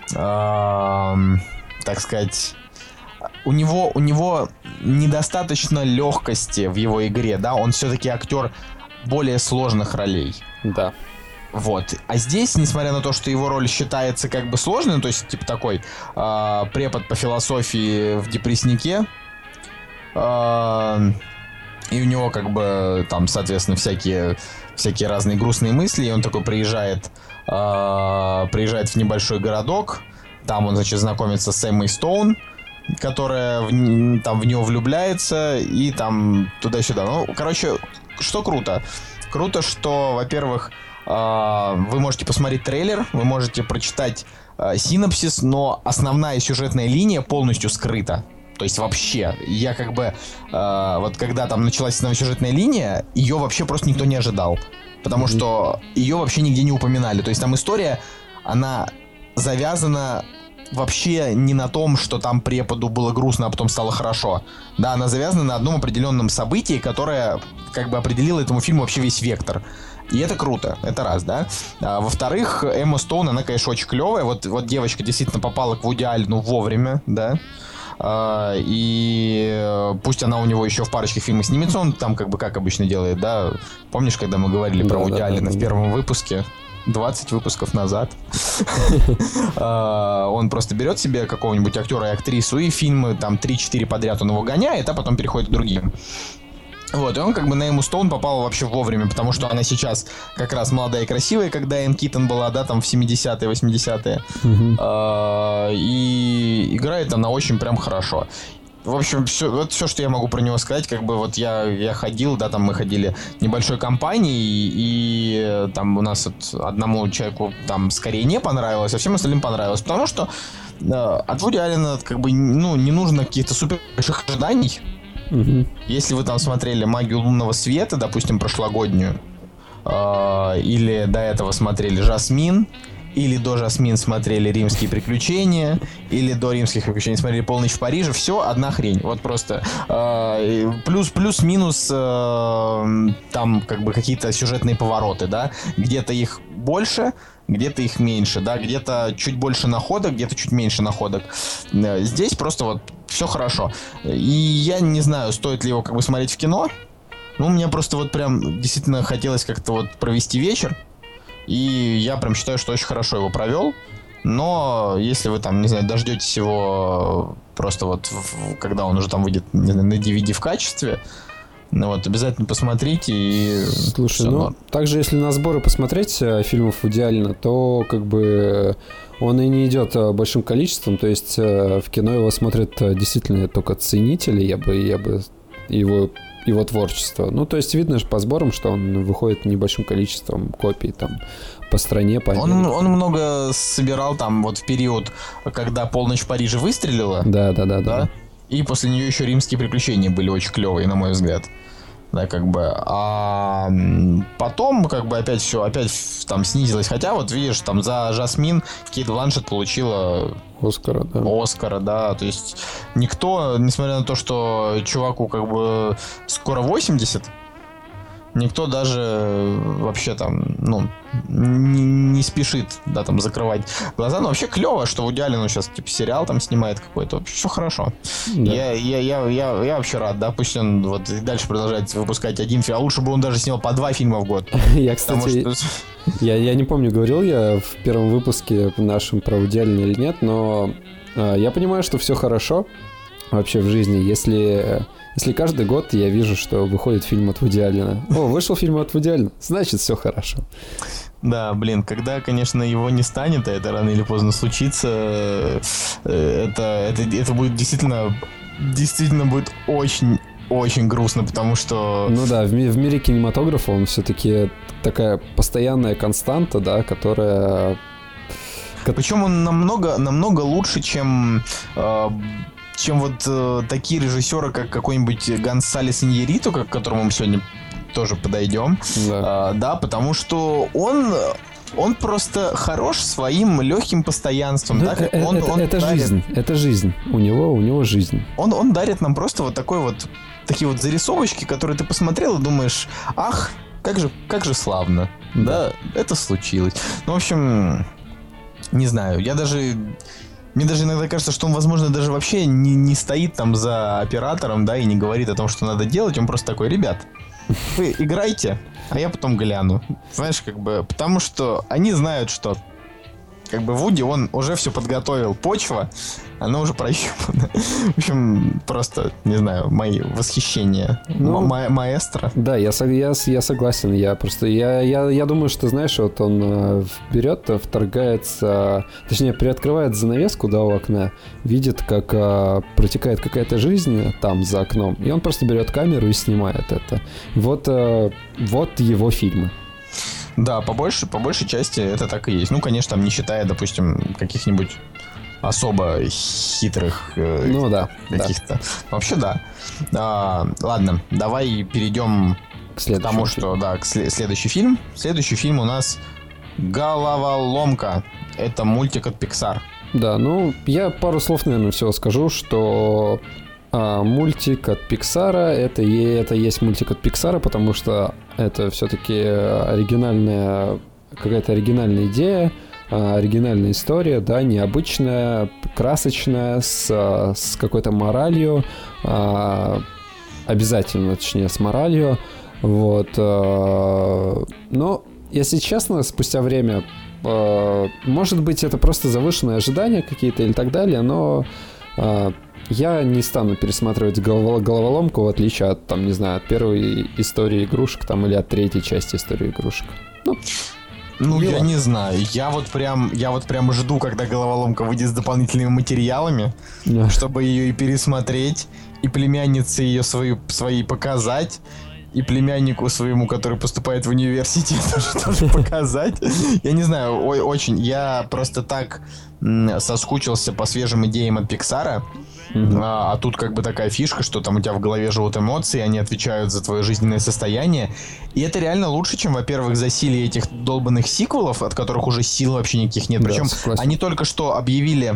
так сказать, у него недостаточно легкости в его игре, да, он все-таки актер более сложных ролей. Да. Вот. А здесь, несмотря на то, что его роль считается как бы сложной, ну, то есть, типа такой препод по философии в депресснике, И у него как бы там, соответственно, всякие разные грустные мысли. И он такой приезжает в небольшой городок. Там он, значит, знакомится с Эммой Стоун, которая в него влюбляется. И там туда-сюда. Ну, короче, что круто? Круто, что, во-первых, вы можете посмотреть трейлер, вы можете прочитать синопсис, но основная сюжетная линия полностью скрыта. То есть вообще, я как бы, вот когда там началась основная сюжетная линия, ее вообще просто никто не ожидал. Потому что ее вообще нигде не упоминали. То есть там история, она завязана вообще не на том, что там преподу было грустно, а потом стало хорошо. Да, она завязана на одном определенном событии, которое как бы определило этому фильму вообще весь вектор. И это круто, это раз, да. Во-вторых, Эмма Стоун, она, конечно, очень клевая. Вот девочка действительно попала к Вуди Аллену вовремя, да. И пусть она у него еще в парочке фильмов снимется, он там как бы как обычно делает, да. Помнишь, когда мы говорили про Вуди Аллена в первом выпуске? 20 выпусков назад. Он просто берет себе какого-нибудь актера и актрису, и фильмы там 3-4 подряд он его гоняет, а потом переходит к другим. Вот, и он как бы на Эмму Стоун попал вообще вовремя, потому что она сейчас как раз молодая и красивая, когда Эм Китон была, да, там в 70-е, 80-е. И играет она очень прям хорошо. В общем, все, что я могу про него сказать, как бы вот я ходил, да, там мы ходили небольшой компанией, и там у нас вот одному человеку там скорее не понравилось, а всем остальным понравилось, потому что от Вуди Аллена как бы, ну, не нужно каких-то супер больших ожиданий. Если вы там смотрели «Магию лунного света», допустим, прошлогоднюю, или до этого смотрели «Жасмин», или до «Жасмин» смотрели «Римские приключения», или до «Римских приключений» смотрели «Полночь в Париже», все одна хрень. Вот просто плюс-минус там как бы какие-то сюжетные повороты, да, где-то их больше, где-то их меньше, да, где-то чуть больше находок, где-то чуть меньше находок. Здесь просто вот все хорошо. И я не знаю, стоит ли его как бы смотреть в кино. Ну, мне просто вот прям действительно хотелось как-то вот провести вечер. И я прям считаю, что очень хорошо его провел. Но если вы там, не знаю, дождетесь его просто вот, когда он уже там выйдет, не знаю, на DVD в качестве, ну вот, обязательно посмотрите. И слушай, ну, также если на сборы посмотреть фильмов Вуди Аллена, то как бы он и не идет большим количеством, то есть в кино его смотрят действительно только ценители, я бы его творчество. Ну, то есть видно же по сборам, что он выходит небольшим количеством копий там по стране, по Америке. Он много собирал там вот в период, когда «Полночь в Париже» выстрелила. Да. И после нее еще «Римские приключения» были очень клевые, на мой взгляд. Да, как бы. А потом, как бы, опять там снизилось. Хотя, вот видишь, там за «Жасмин» Кейт Бланшетт получила Оскара, да. То есть никто, несмотря на то, что чуваку как бы скоро 80, никто даже вообще там, ну, не спешит, да, там, закрывать глаза. Но вообще клево, что Вуди Аллен сейчас, типа, сериал там снимает какой-то. Вообще все хорошо. Да. Я вообще рад, да, пусть он вот и дальше продолжает выпускать один фильм. А лучше бы он даже снял по 2 фильма в год. Я, кстати, я не помню, говорил я в первом выпуске нашем про Вуди Аллена или нет, но я понимаю, что все хорошо вообще в жизни, если каждый год я вижу, что выходит фильм от Вуди Аллена. О, вышел фильм от Вуди Аллена, значит, все хорошо. Да, блин, когда, конечно, его не станет, а это рано или поздно случится, это будет действительно будет очень грустно, потому что... Ну да, в мире кинематографа он все-таки такая постоянная константа, да, которая... Причем он намного лучше, чем вот такие режиссеры, как какой-нибудь Гонсалес Иньярриту, к которому мы сегодня тоже подойдем. Да, потому что он просто хорош своим легким постоянством. Ну, да? Это жизнь. У него жизнь. Он дарит нам просто вот такие вот зарисовочки, которые ты посмотрел и думаешь, ах, как же славно. Да, это случилось. Ну, в общем, не знаю, мне даже иногда кажется, что он, возможно, даже вообще не стоит там за оператором, да, и не говорит о том, что надо делать. Он просто такой: ребят, вы играйте, а я потом гляну. Знаешь, как бы, потому что они знают, что как бы Вуди, он уже все подготовил. Почва, она уже прощупана. В общем, просто, не знаю, мои восхищения. Маэстро. Да, я согласен. Я думаю, что, знаешь, вот он берет, вторгается, точнее, приоткрывает занавеску, да, у окна, видит, как протекает какая-то жизнь там за окном, и он просто берет камеру и снимает это. Вот его фильмы. Да, по большей части это так и есть. Ну, конечно, там не считая, допустим, каких-нибудь особо хитрых каких-то. Да. Вообще, да. Ладно, давай перейдем к тому, что, да, следующий фильм. Следующий фильм у нас «Головоломка». Это мультик от Pixar. Да, ну, я пару слов, наверное, всего скажу, что мультик от Pixar, это есть мультик от Pixar, потому что это все-таки какая-то оригинальная идея, оригинальная история, да, необычная, красочная, с какой-то моралью, обязательно, точнее, с моралью, вот. Но, если честно, спустя время, может быть, это просто завышенные ожидания какие-то или так далее, но я не стану пересматривать головоломку, в отличие от, там, не знаю, от первой истории игрушек, там, или от третьей части истории игрушек. Я не знаю. Я вот прям жду, когда головоломка выйдет с дополнительными материалами, чтобы ее и пересмотреть, и племяннице ее свои показать, и племяннику своему, который поступает в университет, тоже показать. Я не знаю, очень. Я просто так соскучился по свежим идеям от Pixar. А тут как бы такая фишка, что там у тебя в голове живут эмоции, они отвечают за твое жизненное состояние. И это реально лучше, чем, во-первых, засилие этих долбанных сиквелов, от которых уже сил вообще никаких нет. Причем они только что объявили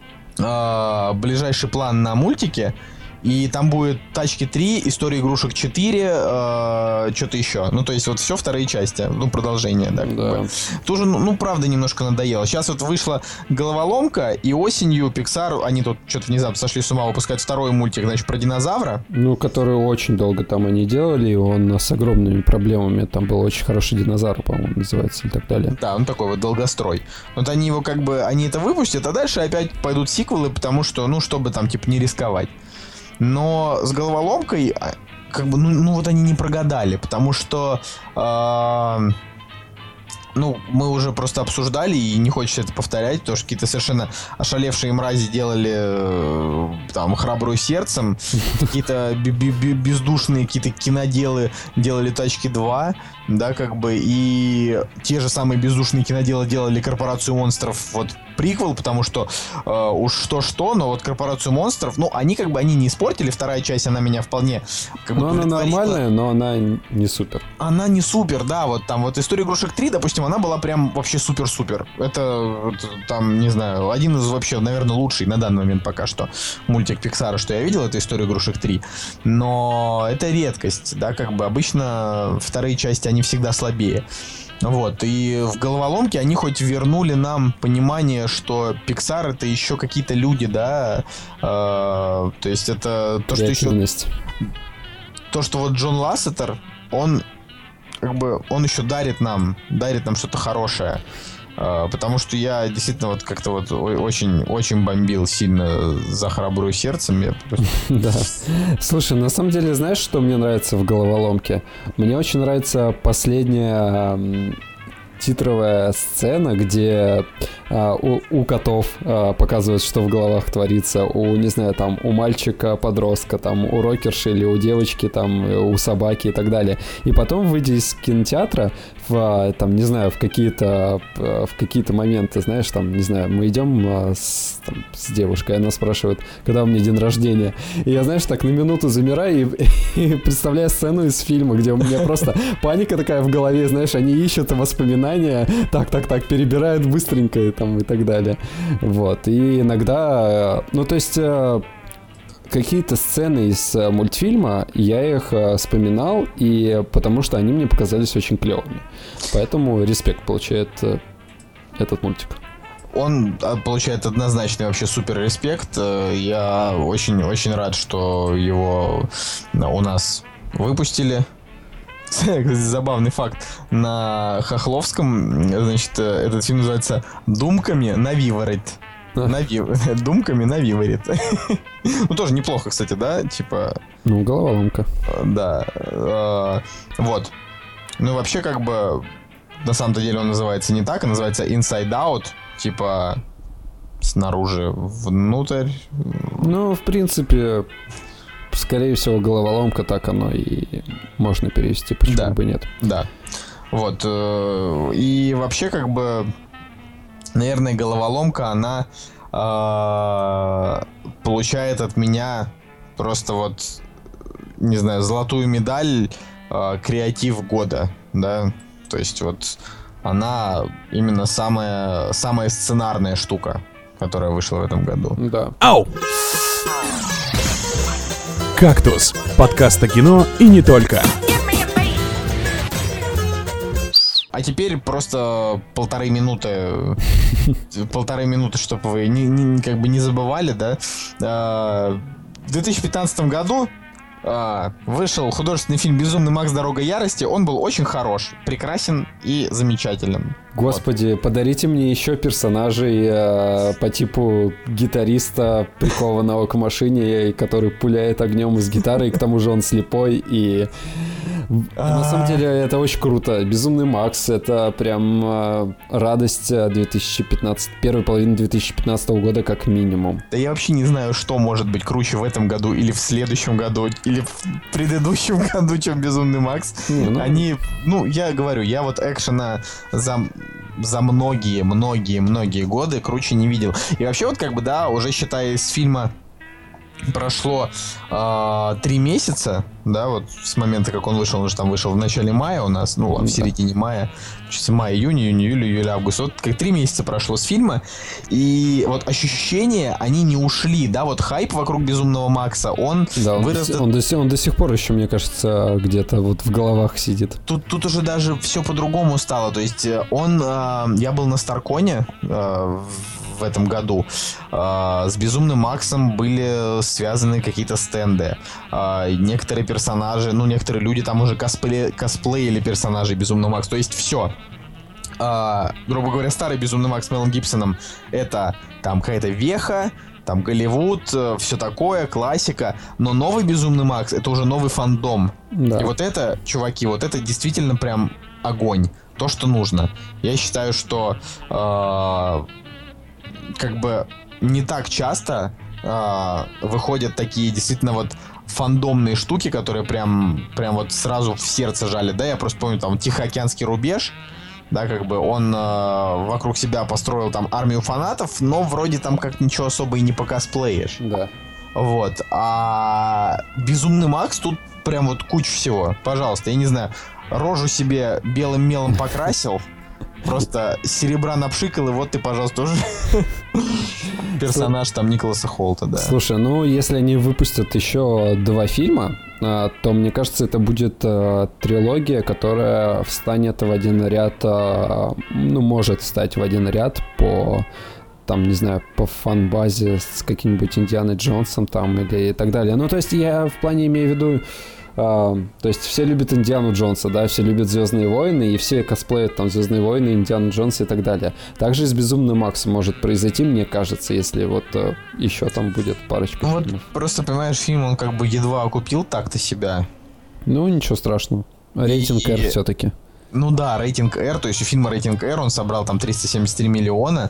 ближайший план на мультике. И там будет «Тачки 3», «История игрушек 4», что-то еще. Ну, то есть вот все вторые части. Ну, продолжение, да. Да. Тоже, правда, немножко надоело. Сейчас вот вышла «Головоломка», и осенью Pixar, они тут что-то внезапно сошли с ума, выпускают второй мультик, значит, про динозавра. Ну, который очень долго там они делали, и он с огромными проблемами. Там был очень хороший динозавр, по-моему, называется, и так далее. Да, он такой вот долгострой. Вот они его как бы, они это выпустят, а дальше опять пойдут сиквелы, потому что, чтобы там, типа, не рисковать. Но с головоломкой, как бы, вот они не прогадали, потому что, мы уже просто обсуждали, и не хочется это повторять, потому что какие-то совершенно ошалевшие мрази делали там «Храбрую сердцем», какие-то бездушные какие-то киноделы делали «Тачки 2», да, как бы, и те же самые бездушные киноделы делали «Корпорацию монстров», вот, приквел, потому что уж что-что, но вот «Корпорацию монстров», они как бы, они не испортили, вторая часть, она меня вполне как бы она нормальная, но она не супер. Она не супер, да, вот там вот «История игрушек 3», допустим, она была прям вообще супер-супер. Это там, не знаю, один из вообще, наверное, лучший на данный момент пока что мультик Pixar, что я видел, это «История игрушек 3». Но это редкость, да, как бы обычно вторые части, они всегда слабее. Вот, и в головоломке они хоть вернули нам понимание, что Pixar это еще какие-то люди, да, то есть это то, что еще... То, что вот Джон Лассетер, он как бы, он еще дарит нам что-то хорошее. Потому что я действительно вот как-то вот очень бомбил сильно за «Храбрую сердцем». Да. Слушай, на самом деле, знаешь, что мне нравится в головоломке? Мне очень нравится последняя титровая сцена, где у котов показывают, что в головах творится, не знаю, там, у мальчика-подростка, там, у рокерши или у девочки, там, у собаки и так далее. И потом, выйдя из кинотеатра, там, не знаю, в какие-то моменты, знаешь, там, не знаю, мы идем с девушкой, она спрашивает, когда у меня день рождения. И я, знаешь, так на минуту замираю и представляю сцену из фильма, где у меня просто паника такая в голове, знаешь, они ищут воспоминания, так, перебирают быстренько там, и так далее. Вот. И иногда, то есть какие-то сцены из мультфильма, я их вспоминал, и потому что они мне показались очень клевыми. Поэтому респект получает этот мультик. Он получает однозначный вообще супер респект. Я очень рад, что его у нас выпустили. Кстати, забавный факт. На Хохловском, значит, этот фильм называется «Думками на виворот». Думками на виворот. Ну, тоже неплохо, кстати, да? Типа... Ну, головоломка. Да. Вот. Ну, и вообще, как бы, на самом-то деле он называется не так, а называется Inside Out. Типа, снаружи внутрь. Ну, в принципе... Скорее всего, головоломка, так оно и можно перевести, почему бы нет. Да, вот. И вообще, как бы, наверное, головоломка, она получает от меня просто вот, не знаю, золотую медаль креатив года, да. То есть вот она именно самая сценарная штука, которая вышла в этом году. Да. Ау! «Кактус» — подкаст о кино и не только. А теперь просто полторы минуты, чтобы вы как бы не забывали, да. В 2015 году вышел художественный фильм «Безумный Макс. Дорога ярости». Он был очень хорош, прекрасен и замечателен. Господи, вот. Подарите мне еще персонажей по типу гитариста, прикованного к машине, который пуляет огнем из гитары, и к тому же он слепой, и... На самом деле это очень круто. «Безумный Макс» — это прям радость первой половины 2015 года как минимум. Да я вообще не знаю, что может быть круче в этом году или в следующем году, или в предыдущем году, чем «Безумный Макс». Они, я говорю, я вот экшена за многие годы круче не видел. И вообще вот как бы, да, уже считая с фильма прошло 3 месяца, да, вот с момента, как он уже там вышел в начале мая у нас, в середине мая, май, июнь, июль, август, вот как 3 месяца прошло с фильма, и вот ощущения, они не ушли, да, вот хайп вокруг «Безумного Макса», он вырос... Он до сих пор еще, мне кажется, где-то вот в головах сидит. Тут уже даже все по-другому стало, то есть я был на Старконе в этом году. С «Безумным Максом» были связаны какие-то стенды. Некоторые персонажи, некоторые люди там уже косплеили персонажей «Безумного Макса». То есть все. Грубо говоря, старый «Безумный Макс» с Мелом Гибсоном — это там какая-то веха, там Голливуд, все такое, классика. Но новый «Безумный Макс» — это уже новый фандом. Да. И вот это, чуваки, вот это действительно прям огонь. То, что нужно. Я считаю, что как бы не так часто выходят такие действительно вот фандомные штуки, которые прям вот сразу в сердце жалят. Да, я просто помню там «Тихоокеанский рубеж», да, как бы он вокруг себя построил там армию фанатов, но вроде там как ничего особо и не покосплеишь. Да. Вот. А «Безумный Макс» тут прям вот куча всего. Пожалуйста, я не знаю, рожу себе белым мелом покрасил, просто серебра напшикал, и вот ты, пожалуйста, уже персонаж там Николаса Холта, да. Слушай, если они выпустят еще 2 фильма, то, мне кажется, это будет трилогия, которая встанет в один ряд, может встать в один ряд по, там, не знаю, по фан-базе с каким-нибудь Индианой Джонсом там или и так далее. То есть я в плане имею в виду, то есть все любят Индиану Джонса, да, все любят «Звездные войны», и все косплеят там «Звездные войны», Индиану Джонса и так далее. Также и с «Безумным Максом» может произойти, мне кажется, если вот еще там будет парочка фильмов. Вот просто, понимаешь, фильм, он как бы едва окупил так-то себя. Ничего страшного. Рейтинг R все-таки. Да, рейтинг R, то есть у фильма рейтинг R, он собрал там 373 миллиона,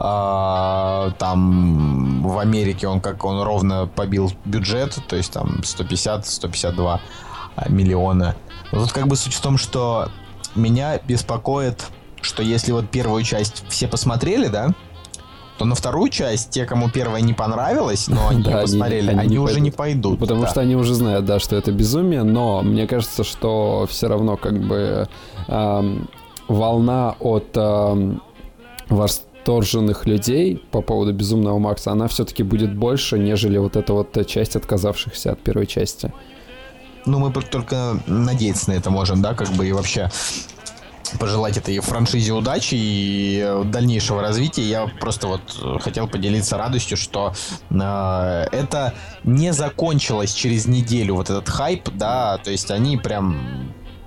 там в Америке он ровно побил бюджет, то есть там 150-152 миллиона. Но тут как бы суть в том, что меня беспокоит, что если вот первую часть все посмотрели, да, то на вторую часть те, кому первая не понравилась, но они посмотрели, они уже не пойдут. Потому что они уже знают, да, что это безумие, но мне кажется, что все равно как бы волна от восторженных людей по поводу «Безумного Макса», она все-таки будет больше, нежели вот эта вот часть отказавшихся от первой части. Мы только надеяться на это можем, да, как бы и вообще... пожелать этой франшизе удачи и дальнейшего развития. Я просто вот хотел поделиться радостью, что это не закончилось через неделю, вот этот хайп, да, то есть они прям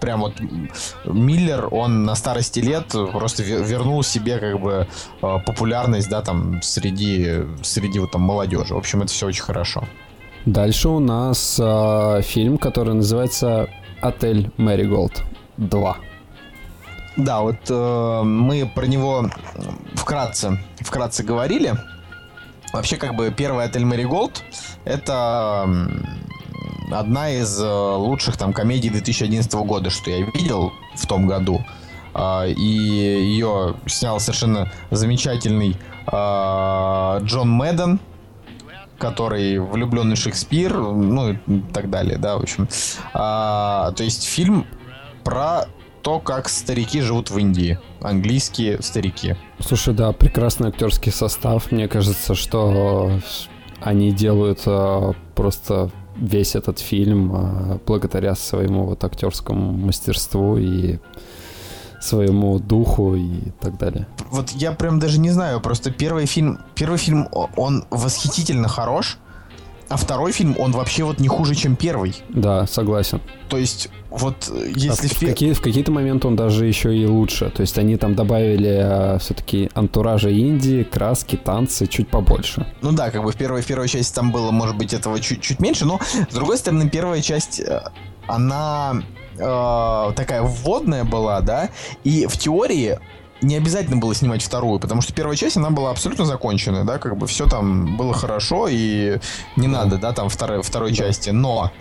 прям вот Миллер, он на старости лет просто вернул себе как бы популярность, да, там среди вот там молодежи. В общем, это все очень хорошо. Дальше у нас фильм, который называется «Отель Мэриголд 2». Да, вот мы про него вкратце говорили. Вообще, как бы, первый «Отель Мэриголд» — это одна из лучших там комедий 2011 года, что я видел в том году. И ее снял совершенно замечательный Джон Мэдден, который влюбленный Шекспир, ну и так далее, да, в общем. То есть фильм про то, как старики живут в Индии. Английские старики. Слушай, да, прекрасный актерский состав. Мне кажется, что они делают просто весь этот фильм благодаря своему вот актерскому мастерству и своему духу и так далее. Вот я прям даже не знаю, просто первый фильм, он восхитительно хорош, а второй фильм, он вообще вот не хуже, чем первый. Да, согласен. То есть, вот если... В какие-то моменты он даже еще и лучше. То есть они там добавили все-таки антуража Индии, краски, танцы чуть побольше. Ну да, как бы в первой части там было, может быть, этого чуть меньше, но, с другой стороны, первая часть, она такая вводная была, да, и в теории не обязательно было снимать вторую, потому что первая часть, она была абсолютно законченная, да, как бы все там было хорошо, и не надо, да, там второй части, но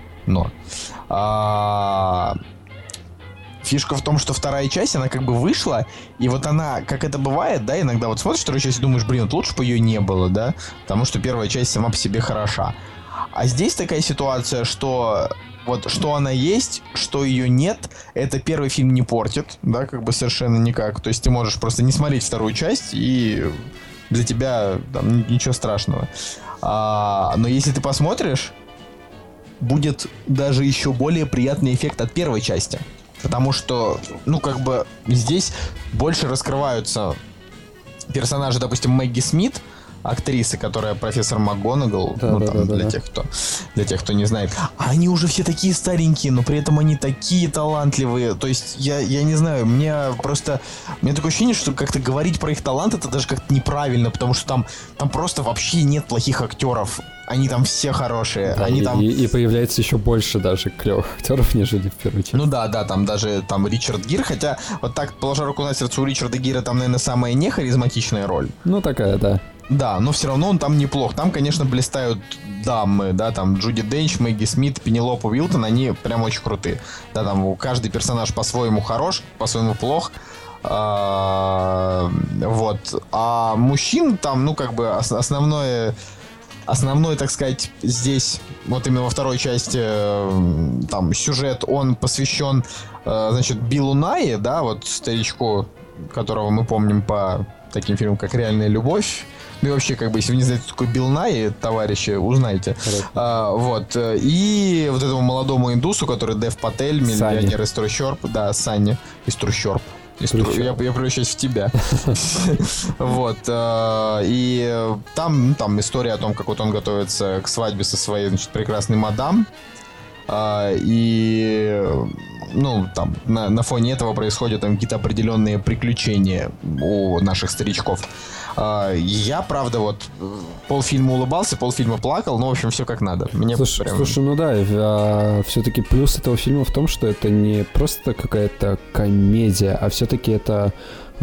фишка в том, что вторая часть, она как бы вышла, и вот она, как это бывает, да, иногда вот смотришь вторую часть и думаешь, блин, вот лучше бы ее не было, да, потому что первая часть сама по себе хороша. А здесь такая ситуация, что вот что она есть, что ее нет, это первый фильм не портит, да, как бы совершенно никак. То есть ты можешь просто не смотреть вторую часть, и для тебя там ничего страшного. Но если ты посмотришь, будет даже еще более приятный эффект от первой части. Потому что, ну, как бы здесь больше раскрываются персонажи, допустим, Мэгги Смит, актрисы, которая профессор МакГонагал, для тех, кто не знает. А они уже все такие старенькие, но при этом они такие талантливые. То есть, я не знаю, мне такое ощущение, что как-то говорить про их талант, это даже как-то неправильно, потому что там просто вообще нет плохих актеров. Они там все хорошие. Да, они и появляется еще больше даже клевых актеров, нежели в первой части. Ну да, там даже там Ричард Гир, хотя вот так, положа руку на сердце, у Ричарда Гира там, наверное, самая не харизматичная роль. Ну такая, да. Да, но все равно он там неплох. Там, конечно, блистают дамы, да, там Джуди Денч, Мэгги Смит, Пенелопа Уилтон, они прям очень крутые. Да, там каждый персонаж по-своему хорош, по-своему плох. Вот. А мужчин там, ну, как бы основной, так сказать, здесь, вот именно во второй части, там, сюжет, он посвящен, значит, Биллу Найи, да, вот старичку, которого мы помним по таким фильмам, как «Реальная любовь». Ну и вообще, как бы, если вы не знаете, кто такой Билл Найи, товарищи, узнайте. Вот. И вот этому молодому индусу, который Дев Патель, миллионер из трущоб. Да, Санни из трущоб. Я превращаюсь в тебя. Вот. И там история о том, как вот он готовится к свадьбе со своей, значит, прекрасной мадам. И, ну, там, на фоне этого происходят там какие-то определенные приключения у наших старичков. Я, правда, вот полфильма улыбался, полфильма плакал, но, в общем, все как надо. Слушай, ну да, все-таки плюс этого фильма в том, что это не просто какая-то комедия, а все-таки это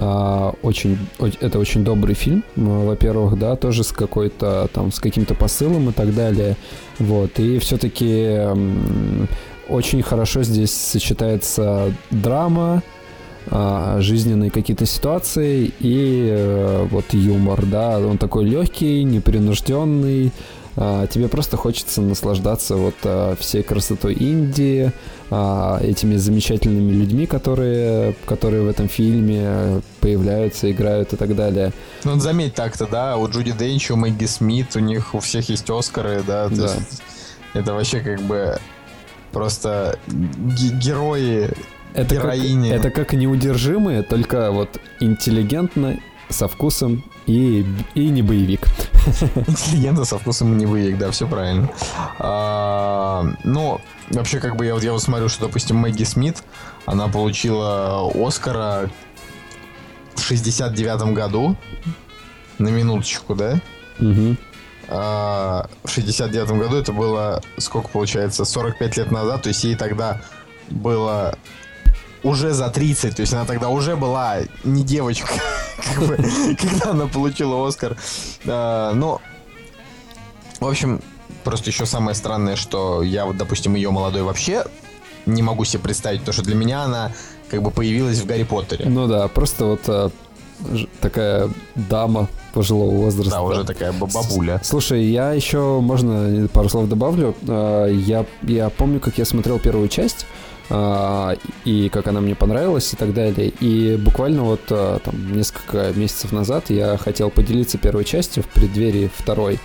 очень добрый фильм, во-первых, да, тоже с какой-то там, с каким-то посылом и так далее, вот, и все-таки очень хорошо здесь сочетается драма, жизненные какие-то ситуации и вот юмор, да, он такой легкий, непринужденный, тебе просто хочется наслаждаться вот всей красотой Индии, этими замечательными людьми, которые в этом фильме появляются, играют и так далее. Ну, заметь так-то, да, у Джуди Денч, у Мэгги Смит, у них у всех есть Оскары, да, то есть это вообще как бы просто герои, героини. Это как неудержимые, только вот интеллигентно, со вкусом И не боевик. Интеллигентно со вкусом не боевик, да, все правильно. Ну, вообще, как бы я вот смотрю, что, допустим, Мэгги Смит, она получила Оскара в 69-м году. На минуточку, да? Угу. В 69-м году это было, сколько получается, 45 лет назад. То есть ей тогда было уже за 30. То есть она тогда уже была не девочка, когда она получила Оскар. Ну, в общем, просто еще самое странное, что я, вот, допустим, ее молодой вообще не могу себе представить, потому что для меня она как бы появилась в Гарри Поттере. Ну да, просто вот такая дама пожилого возраста. Да, уже такая бабуля. Слушай, я еще, можно пару слов добавлю? Я помню, как я смотрел первую часть, и как она мне понравилась и так далее. И буквально вот там несколько месяцев назад я хотел поделиться первой частью в преддверии второй.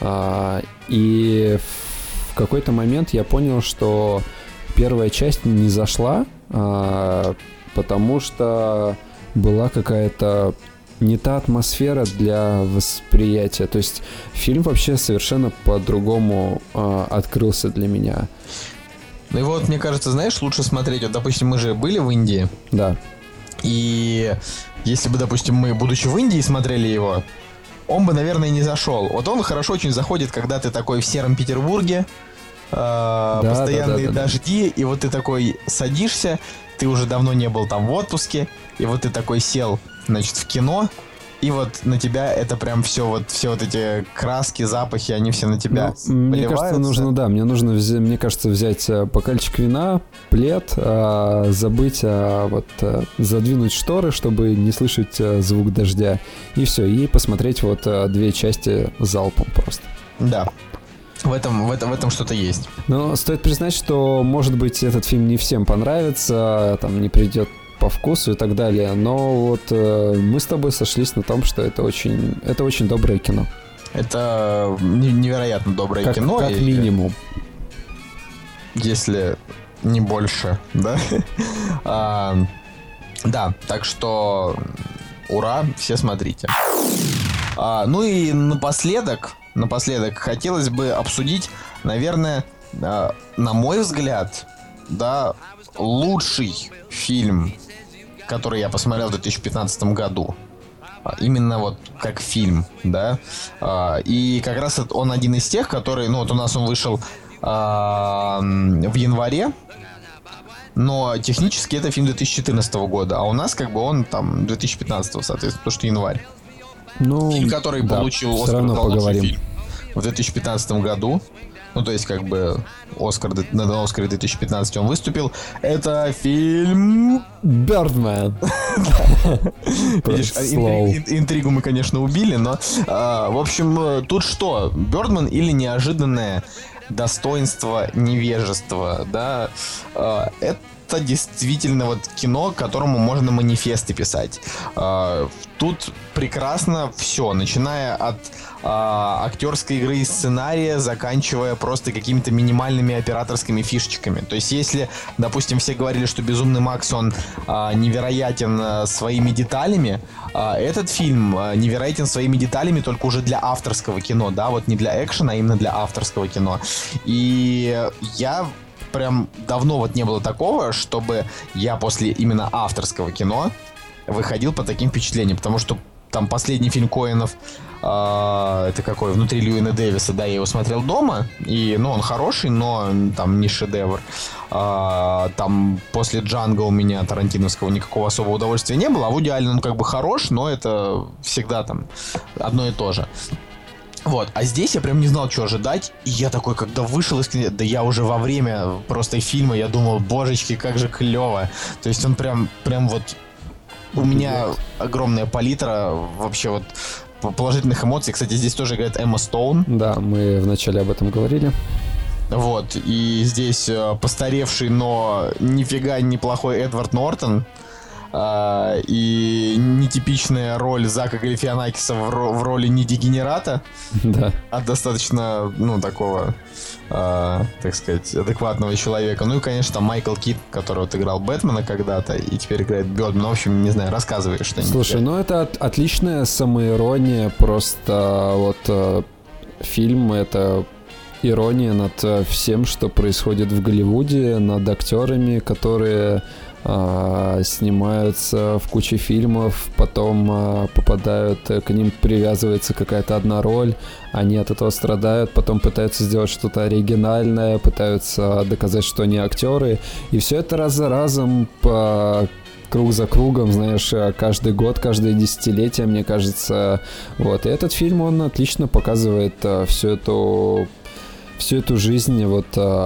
И в какой-то момент я понял, что первая часть не зашла, потому что была какая-то не та атмосфера для восприятия. То есть фильм вообще совершенно по-другому открылся для меня. Ну и вот, мне кажется, знаешь, лучше смотреть. Вот, допустим, мы же были в Индии. Да. И если бы, допустим, мы, будучи в Индии, смотрели его, он бы, наверное, не зашел. Вот он хорошо очень заходит, когда ты такой в сером Петербурге, постоянные дожди, и вот ты такой садишься, ты уже давно не был там в отпуске, и вот ты такой сел, значит, в кино, и вот на тебя это прям все вот эти краски, запахи, они все на тебя мне кажется, мне нужно взять бокальчик вина, плед, забыть, задвинуть шторы, чтобы не слышать звук дождя, и все, и посмотреть вот две части залпом просто. Да. В этом что-то есть. Но стоит признать, что, может быть, этот фильм не всем понравится, там не придет по вкусу и так далее, но вот мы с тобой сошлись на том, что это очень доброе кино. Это невероятно доброе кино. Как минимум. Если не больше, да? Да, так что ура, все смотрите. Ну и напоследок хотелось бы обсудить, наверное, на мой взгляд, да, лучший фильм, который я посмотрел в 2015 году. Именно вот как фильм, да. И как раз он один из тех, который, ну вот у нас он вышел в январе, но технически это фильм 2014 года, а у нас как бы он там 2015, соответственно, потому что январь. Ну, фильм, который получил Оскар за лучший фильм в 2015 году. Ну, то есть, как бы, на Оскаре 2015 он выступил. Это фильм... Birdman. Видишь, интригу мы, конечно, убили, но... В общем, тут что? Birdman или неожиданное достоинство невежества, да? Это действительно вот кино, к которому можно манифесты писать. Тут прекрасно все, начиная от актерской игры и сценария, заканчивая просто какими-то минимальными операторскими фишечками. То есть, если, допустим, все говорили, что «Безумный Макс», он невероятен своими деталями, этот фильм невероятен своими деталями только уже для авторского кино, да, вот не для экшена, а именно для авторского кино. И я прям давно вот не было такого, чтобы я после именно авторского кино выходил по таким впечатлениям, потому что там последний фильм Коэнов, это какой, «Внутри Льюина Дэвиса», да, я его смотрел дома, и, ну, он хороший, но там не шедевр. Там после «Джанго» у меня тарантиновского никакого особого удовольствия не было, а Вуди Аллен, он как бы хорош, но это всегда там одно и то же. Вот, а здесь я прям не знал, что ожидать. И я такой, когда вышел из кино, да я уже во время просто фильма, я думал, божечки, как же клево. То есть он прям вот... У меня огромная палитра вообще вот положительных эмоций. Кстати, здесь тоже играет Эмма Стоун. Да, мы вначале об этом говорили. Вот, и здесь постаревший, но нифига неплохой Эдвард Нортон. и нетипичная роль Зака Галифианакиса в роли не дегенерата, Да. а достаточно, ну, такого, так сказать, адекватного человека. Ну и, конечно, там Майкл Китон, который вот играл Бэтмена когда-то и теперь играет Бёрдмана. В общем, не знаю, рассказывай что-нибудь. Слушай, ну это отличная самоирония, просто вот фильм — это ирония над всем, что происходит в Голливуде, над актерами, которые снимаются в куче фильмов, потом попадают, к ним привязывается какая-то одна роль, они от этого страдают, потом пытаются сделать что-то оригинальное, пытаются доказать, что они актеры, и все это раз за разом круг за кругом, знаешь, каждый год, каждое десятилетие, мне кажется. Вот. И этот фильм, он отлично показывает всю эту жизнь вот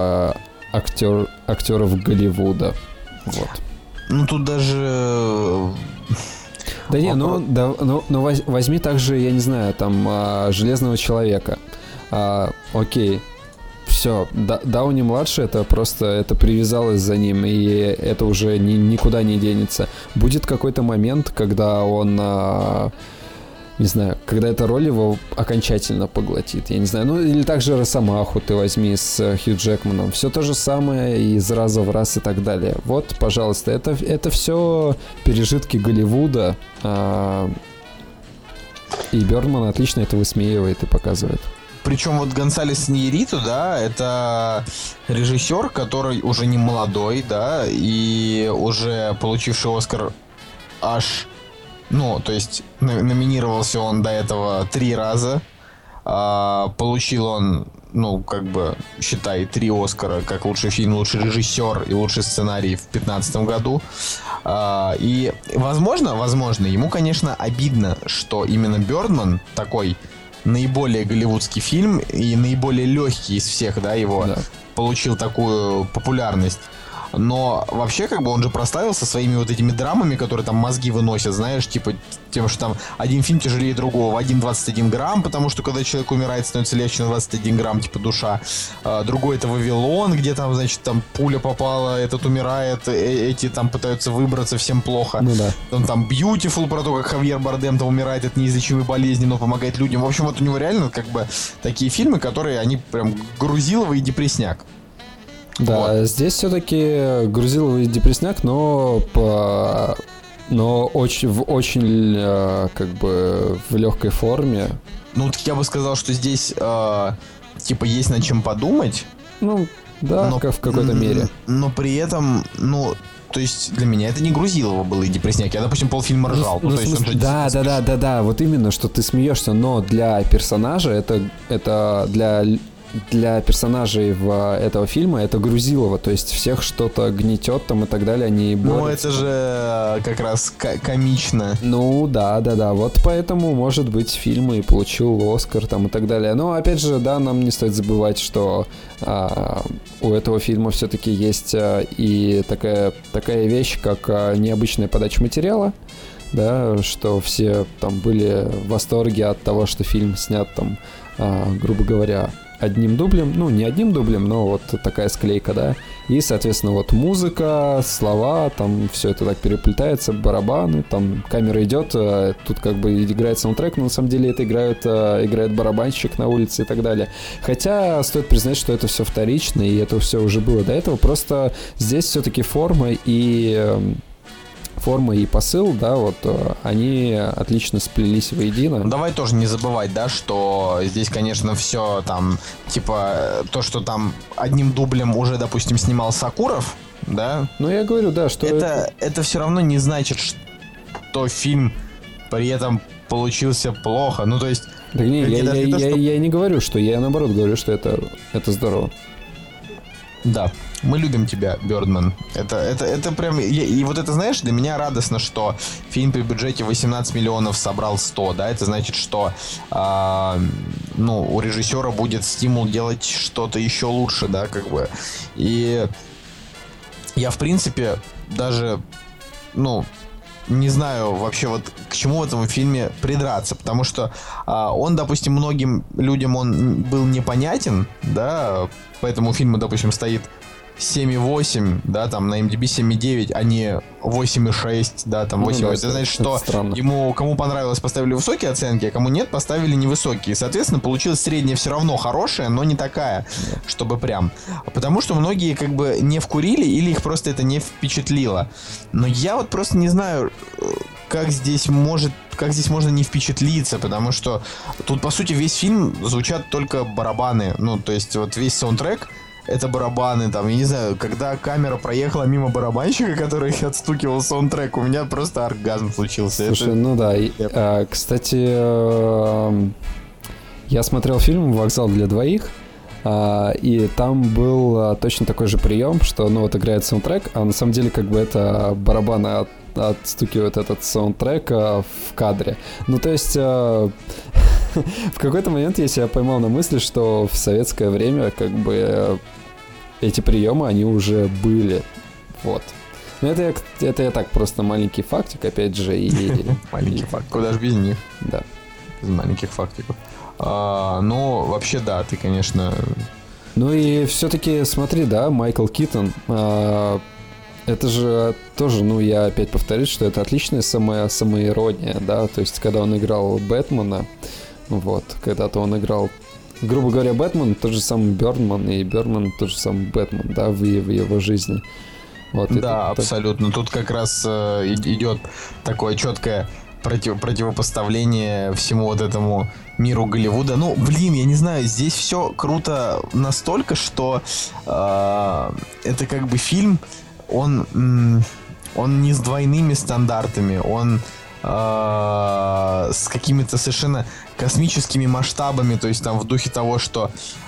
актеров Голливуда. Вот. Ну, тут даже... Да не, ну возьми также, я не знаю, там, Железного Человека. Окей. Все, Дауни-младший, это просто, это привязалось за ним, и это уже никуда не денется. Будет какой-то момент, когда он, не знаю, когда эта роль его окончательно поглотит, я не знаю. Ну, или также Росомаху ты возьми с Хью Джекманом. Все то же самое из раза в раз и так далее. Вот, пожалуйста, это все пережитки Голливуда, и Бёрдман отлично это высмеивает и показывает. Причем вот Гонсалес Иньярриту, да, это режиссер, который уже не молодой, да, и уже получивший Оскар аж, ну, то есть номинировался он до этого 3 раза, получил он, ну, как бы, считай, 3 Оскара, как лучший фильм, лучший режиссер и лучший сценарий в 2015 году. И, возможно, ему, конечно, обидно, что именно Бёрдман такой наиболее голливудский фильм и наиболее легкий из всех, да, его получил такую популярность. Но вообще, как бы, он же прославился своими вот этими драмами, которые там мозги выносят, знаешь, типа тем, что там один фильм тяжелее другого, один 21 грамм, потому что когда человек умирает, становится легче на 21 грамм, типа душа. Другой — это Вавилон, где там, значит, там пуля попала, этот умирает, эти там пытаются выбраться, всем плохо. Ну да. Там Beautiful, про то, как Хавьер Бардем там умирает от неизлечимой болезни, но помогает людям. В общем, вот у него реально как бы такие фильмы, которые, они прям грузиловый и депресняк. Да, вот. Здесь все-таки грузиловый депресняк, но очень как бы в легкой форме. Ну, я бы сказал, что здесь типа есть над чем подумать. Ну, да, но, в какой-то мере. Но при этом, ну, то есть для меня это не грузилово было и депресняк. Я, допустим, полфильма ржал. Ну, то есть он же да, вот именно, что ты смеешься, но для персонажа это для персонажей этого фильма это грузилово, то есть всех что-то гнетет там и так далее, они борются. Ну, это же как раз комично. Ну, да, вот поэтому, может быть, фильм и получил Оскар там и так далее. Но, опять же, да, нам не стоит забывать, что у этого фильма все-таки есть и такая вещь, как необычная подача материала, да, что все там были в восторге от того, что фильм снят там, грубо говоря, одним дублем, ну, не одним дублем, но вот такая склейка, да, и, соответственно, вот музыка, слова, там все это так переплетается, барабаны, там камера идет, тут как бы играет саундтрек, но на самом деле это играет барабанщик на улице и так далее. Хотя стоит признать, что это все вторично, и это все уже было до этого, просто здесь все-таки форма и посыл, да, вот они отлично сплелись воедино. Давай тоже не забывать, да, что здесь, конечно, все там, типа, то, что там одним дублем уже, допустим, снимал Сакуров, да. Ну, я говорю, да, что... Это все равно не значит, что фильм при этом получился плохо, ну, то есть... Да не, я не говорю, что... Я, наоборот, говорю, что это здорово. Да, мы любим тебя, Бёрдман. Это прям... И вот это, знаешь, для меня радостно, что фильм при бюджете 18 миллионов собрал 100, да? Это значит, что у режиссера будет стимул делать что-то еще лучше, да, как бы. И я, в принципе, даже, не знаю вообще вот к чему в этом фильме придраться, потому что он, допустим, многим людям он был непонятен, да, поэтому фильм, допустим, стоит 7,8, да, там на MDB 7,9, а не 8,6, да, там 8,8. Это значит, что кому понравилось, поставили высокие оценки, а кому нет, поставили невысокие. И, соответственно, получилась средняя все равно хорошая, но не такая, чтобы прям. Потому что многие как бы не вкурили или их просто это не впечатлило. Но я вот просто не знаю, как здесь можно не впечатлиться, потому что тут, по сути, весь фильм звучат только барабаны. Ну, то есть, вот весь саундтрек — это барабаны, там, я не знаю, когда камера проехала мимо барабанщика, который отстукивал саундтрек, у меня просто оргазм случился. Слушай, ну да, кстати, я смотрел фильм «Вокзал для двоих», и там был точно такой же прием, что, ну, вот играет саундтрек, а на самом деле, как бы, это барабаны отстукивают этот саундтрек в кадре. Ну, то есть, в какой-то момент я себя поймал на мысли, что в советское время, как бы, эти приемы, они уже были. Вот. Ну, это я так, просто маленький фактик, опять же. Маленький факт. Куда ж без них? Да. Без маленьких фактиков. Ну, вообще, да, ты, конечно... Ну и все-таки, смотри, да, Майкл Китон, это же тоже, ну, я опять повторюсь, что это отличная самоирония, да, то есть, когда он играл Бэтмена, вот, когда-то он играл, грубо говоря, Бэтмен, тот же самый Бёрдман, и Бёрдман тот же самый Бэтмен, да, в его жизни. Вот, да, абсолютно. Тут как раз идет такое четкое противопоставление всему вот этому миру Голливуда. Ну, блин, я не знаю, здесь все круто настолько, что это как бы фильм, он не с двойными стандартами, он с какими-то совершенно космическими масштабами, то есть там в духе того, что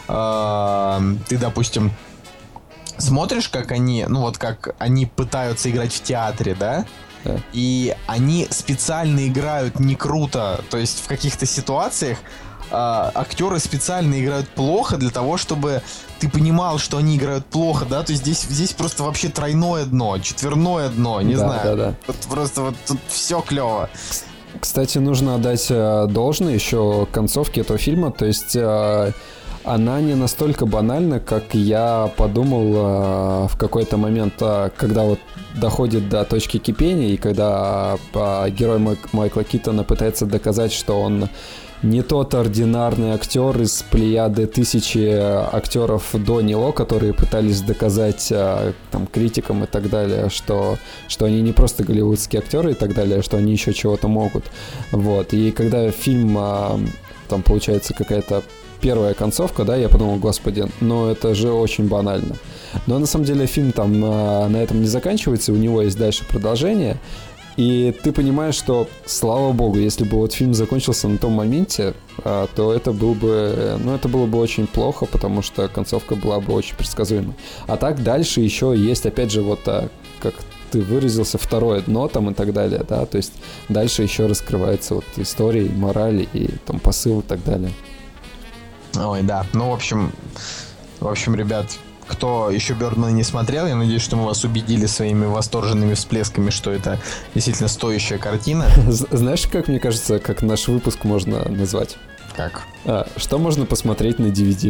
ты, допустим, смотришь, как они, ну вот как они пытаются играть в театре, да? И они специально играют не круто, то есть в каких-то ситуациях актеры специально играют плохо для того, чтобы ты понимал, что они играют плохо, да, то есть здесь просто вообще тройное дно, четверное дно, не знаю. Да. Вот просто вот тут все клево. Кстати, нужно отдать должное еще концовке этого фильма, то есть она не настолько банальна, как я подумал в какой-то момент, когда вот доходит до точки кипения, и когда герой Майкла Китона пытается доказать, что он не тот ординарный актер из плеяды тысячи актеров до него, которые пытались доказать там, критикам и так далее, что они не просто голливудские актеры и так далее, что они еще чего-то могут. Вот. И когда фильм, там получается какая-то первая концовка, да, я подумал, господи, ну это же очень банально. Но на самом деле фильм там на этом не заканчивается, у него есть дальше продолжение. И ты понимаешь, что, слава богу, если бы вот фильм закончился на том моменте, то это было бы очень плохо, потому что концовка была бы очень предсказуемой. А так дальше еще есть, опять же, вот как ты выразился, второе дно там и так далее, да, то есть дальше еще раскрывается вот история, мораль и там посыл и так далее. Ой, да, ну, в общем, ребят, кто еще Бёрдмана не смотрел, я надеюсь, что мы вас убедили своими восторженными всплесками, что это действительно стоящая картина. Знаешь, как мне кажется, как наш выпуск можно назвать? Как? Что можно посмотреть на DVD?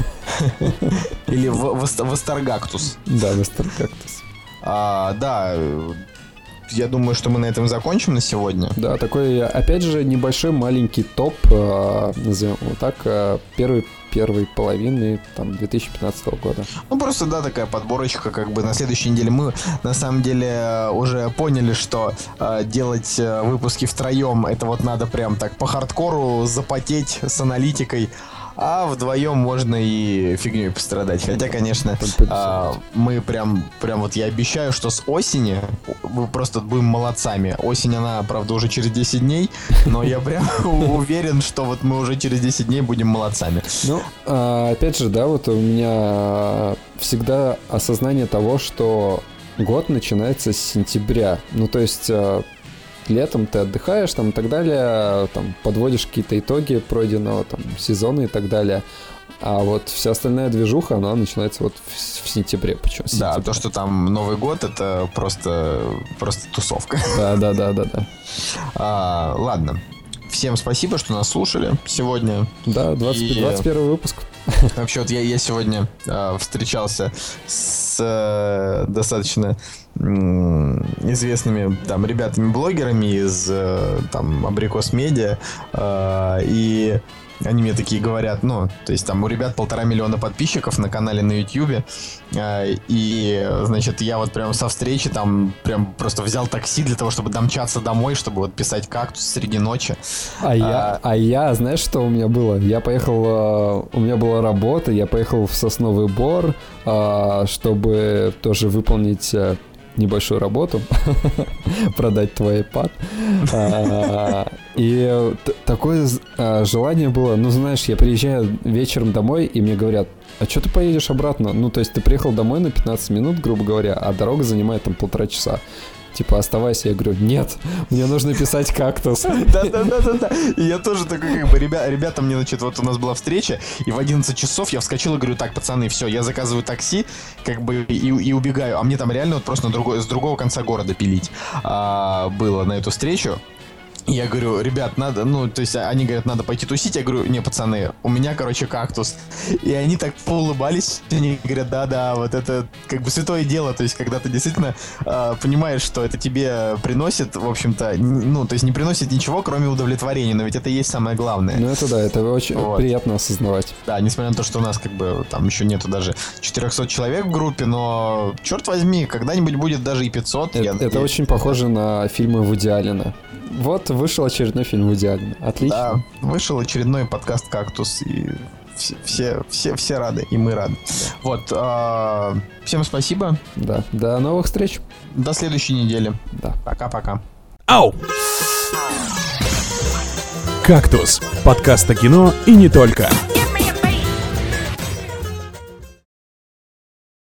Или Восторгактус. Да, Восторгактус. Да, я думаю, что мы на этом закончим на сегодня. Да, такой, опять же, небольшой маленький топ, назовем его так, первой половины там 2015 года. Ну, просто, да, такая подборочка, как бы на следующей неделе. Мы, на самом деле, уже поняли, что делать выпуски втроем, это вот надо прям так по хардкору запотеть с аналитикой, а вдвоем можно и фигней пострадать. Хотя, конечно, мы прям вот я обещаю, что с осени мы просто будем молодцами. Осень, она, правда, уже через 10 дней, но я прям уверен, что вот мы уже через 10 дней будем молодцами. Ну, опять же, да, вот у меня всегда осознание того, что год начинается с сентября. Ну, то есть летом ты отдыхаешь там и так далее, там подводишь какие-то итоги пройденного там сезона и так далее. А вот вся остальная движуха, она начинается вот в сентябре. Почему? Да, то, что там Новый год, это просто тусовка. Да. Ладно. всем спасибо, что нас слушали сегодня. Да, 21 выпуск. Вообще, вот я сегодня встречался с достаточно известными там ребятами-блогерами из там Абрикос Медиа, и они мне такие говорят, ну, то есть там у ребят 1,5 миллиона подписчиков на канале на YouTube, и, значит, я вот прям со встречи там прям просто взял такси для того, чтобы домчаться домой, чтобы вот писать «Кактус» среди ночи. Я, знаешь, что у меня было? Я поехал, у меня была работа, я поехал в Сосновый Бор, чтобы тоже выполнить небольшую работу, продать твой iPad. И такое желание было, ну, знаешь, я приезжаю вечером домой, и мне говорят, а что ты поедешь обратно? Ну, то есть ты приехал домой на 15 минут, грубо говоря, а дорога занимает там 1,5 часа. Типа, оставайся. Я говорю, нет, мне нужно писать «Кактус». Да. И я тоже такой, как бы, ребята, мне, значит, вот у нас была встреча, и в 11 часов я вскочил и говорю, так, пацаны, все, я заказываю такси, как бы, и убегаю. А мне там реально вот просто с другого конца города пилить было на эту встречу. Я говорю, ребят, надо, ну, то есть они говорят, надо пойти тусить. Я говорю, не, пацаны, у меня, короче, «Кактус». И они так поулыбались, они говорят, да, вот это как бы святое дело. То есть когда ты действительно понимаешь, что это тебе приносит, в общем-то, ну, то есть не приносит ничего, кроме удовлетворения. Но ведь это и есть самое главное. Ну, это да, это очень приятно осознавать. Да, несмотря на то, что у нас как бы там еще нету даже 400 человек в группе, но, черт возьми, когда-нибудь будет даже и 500. Это очень похоже на фильмы Вуди Аллена. Вот вышел очередной фильм Вуди Аллена. Отлично. Да, вышел очередной подкаст «Кактус», и все рады, и мы рады. Вот, всем спасибо. Да, до новых встреч. До следующей недели. Да. Пока-пока. Ау! «Кактус» — подкаст о кино и не только.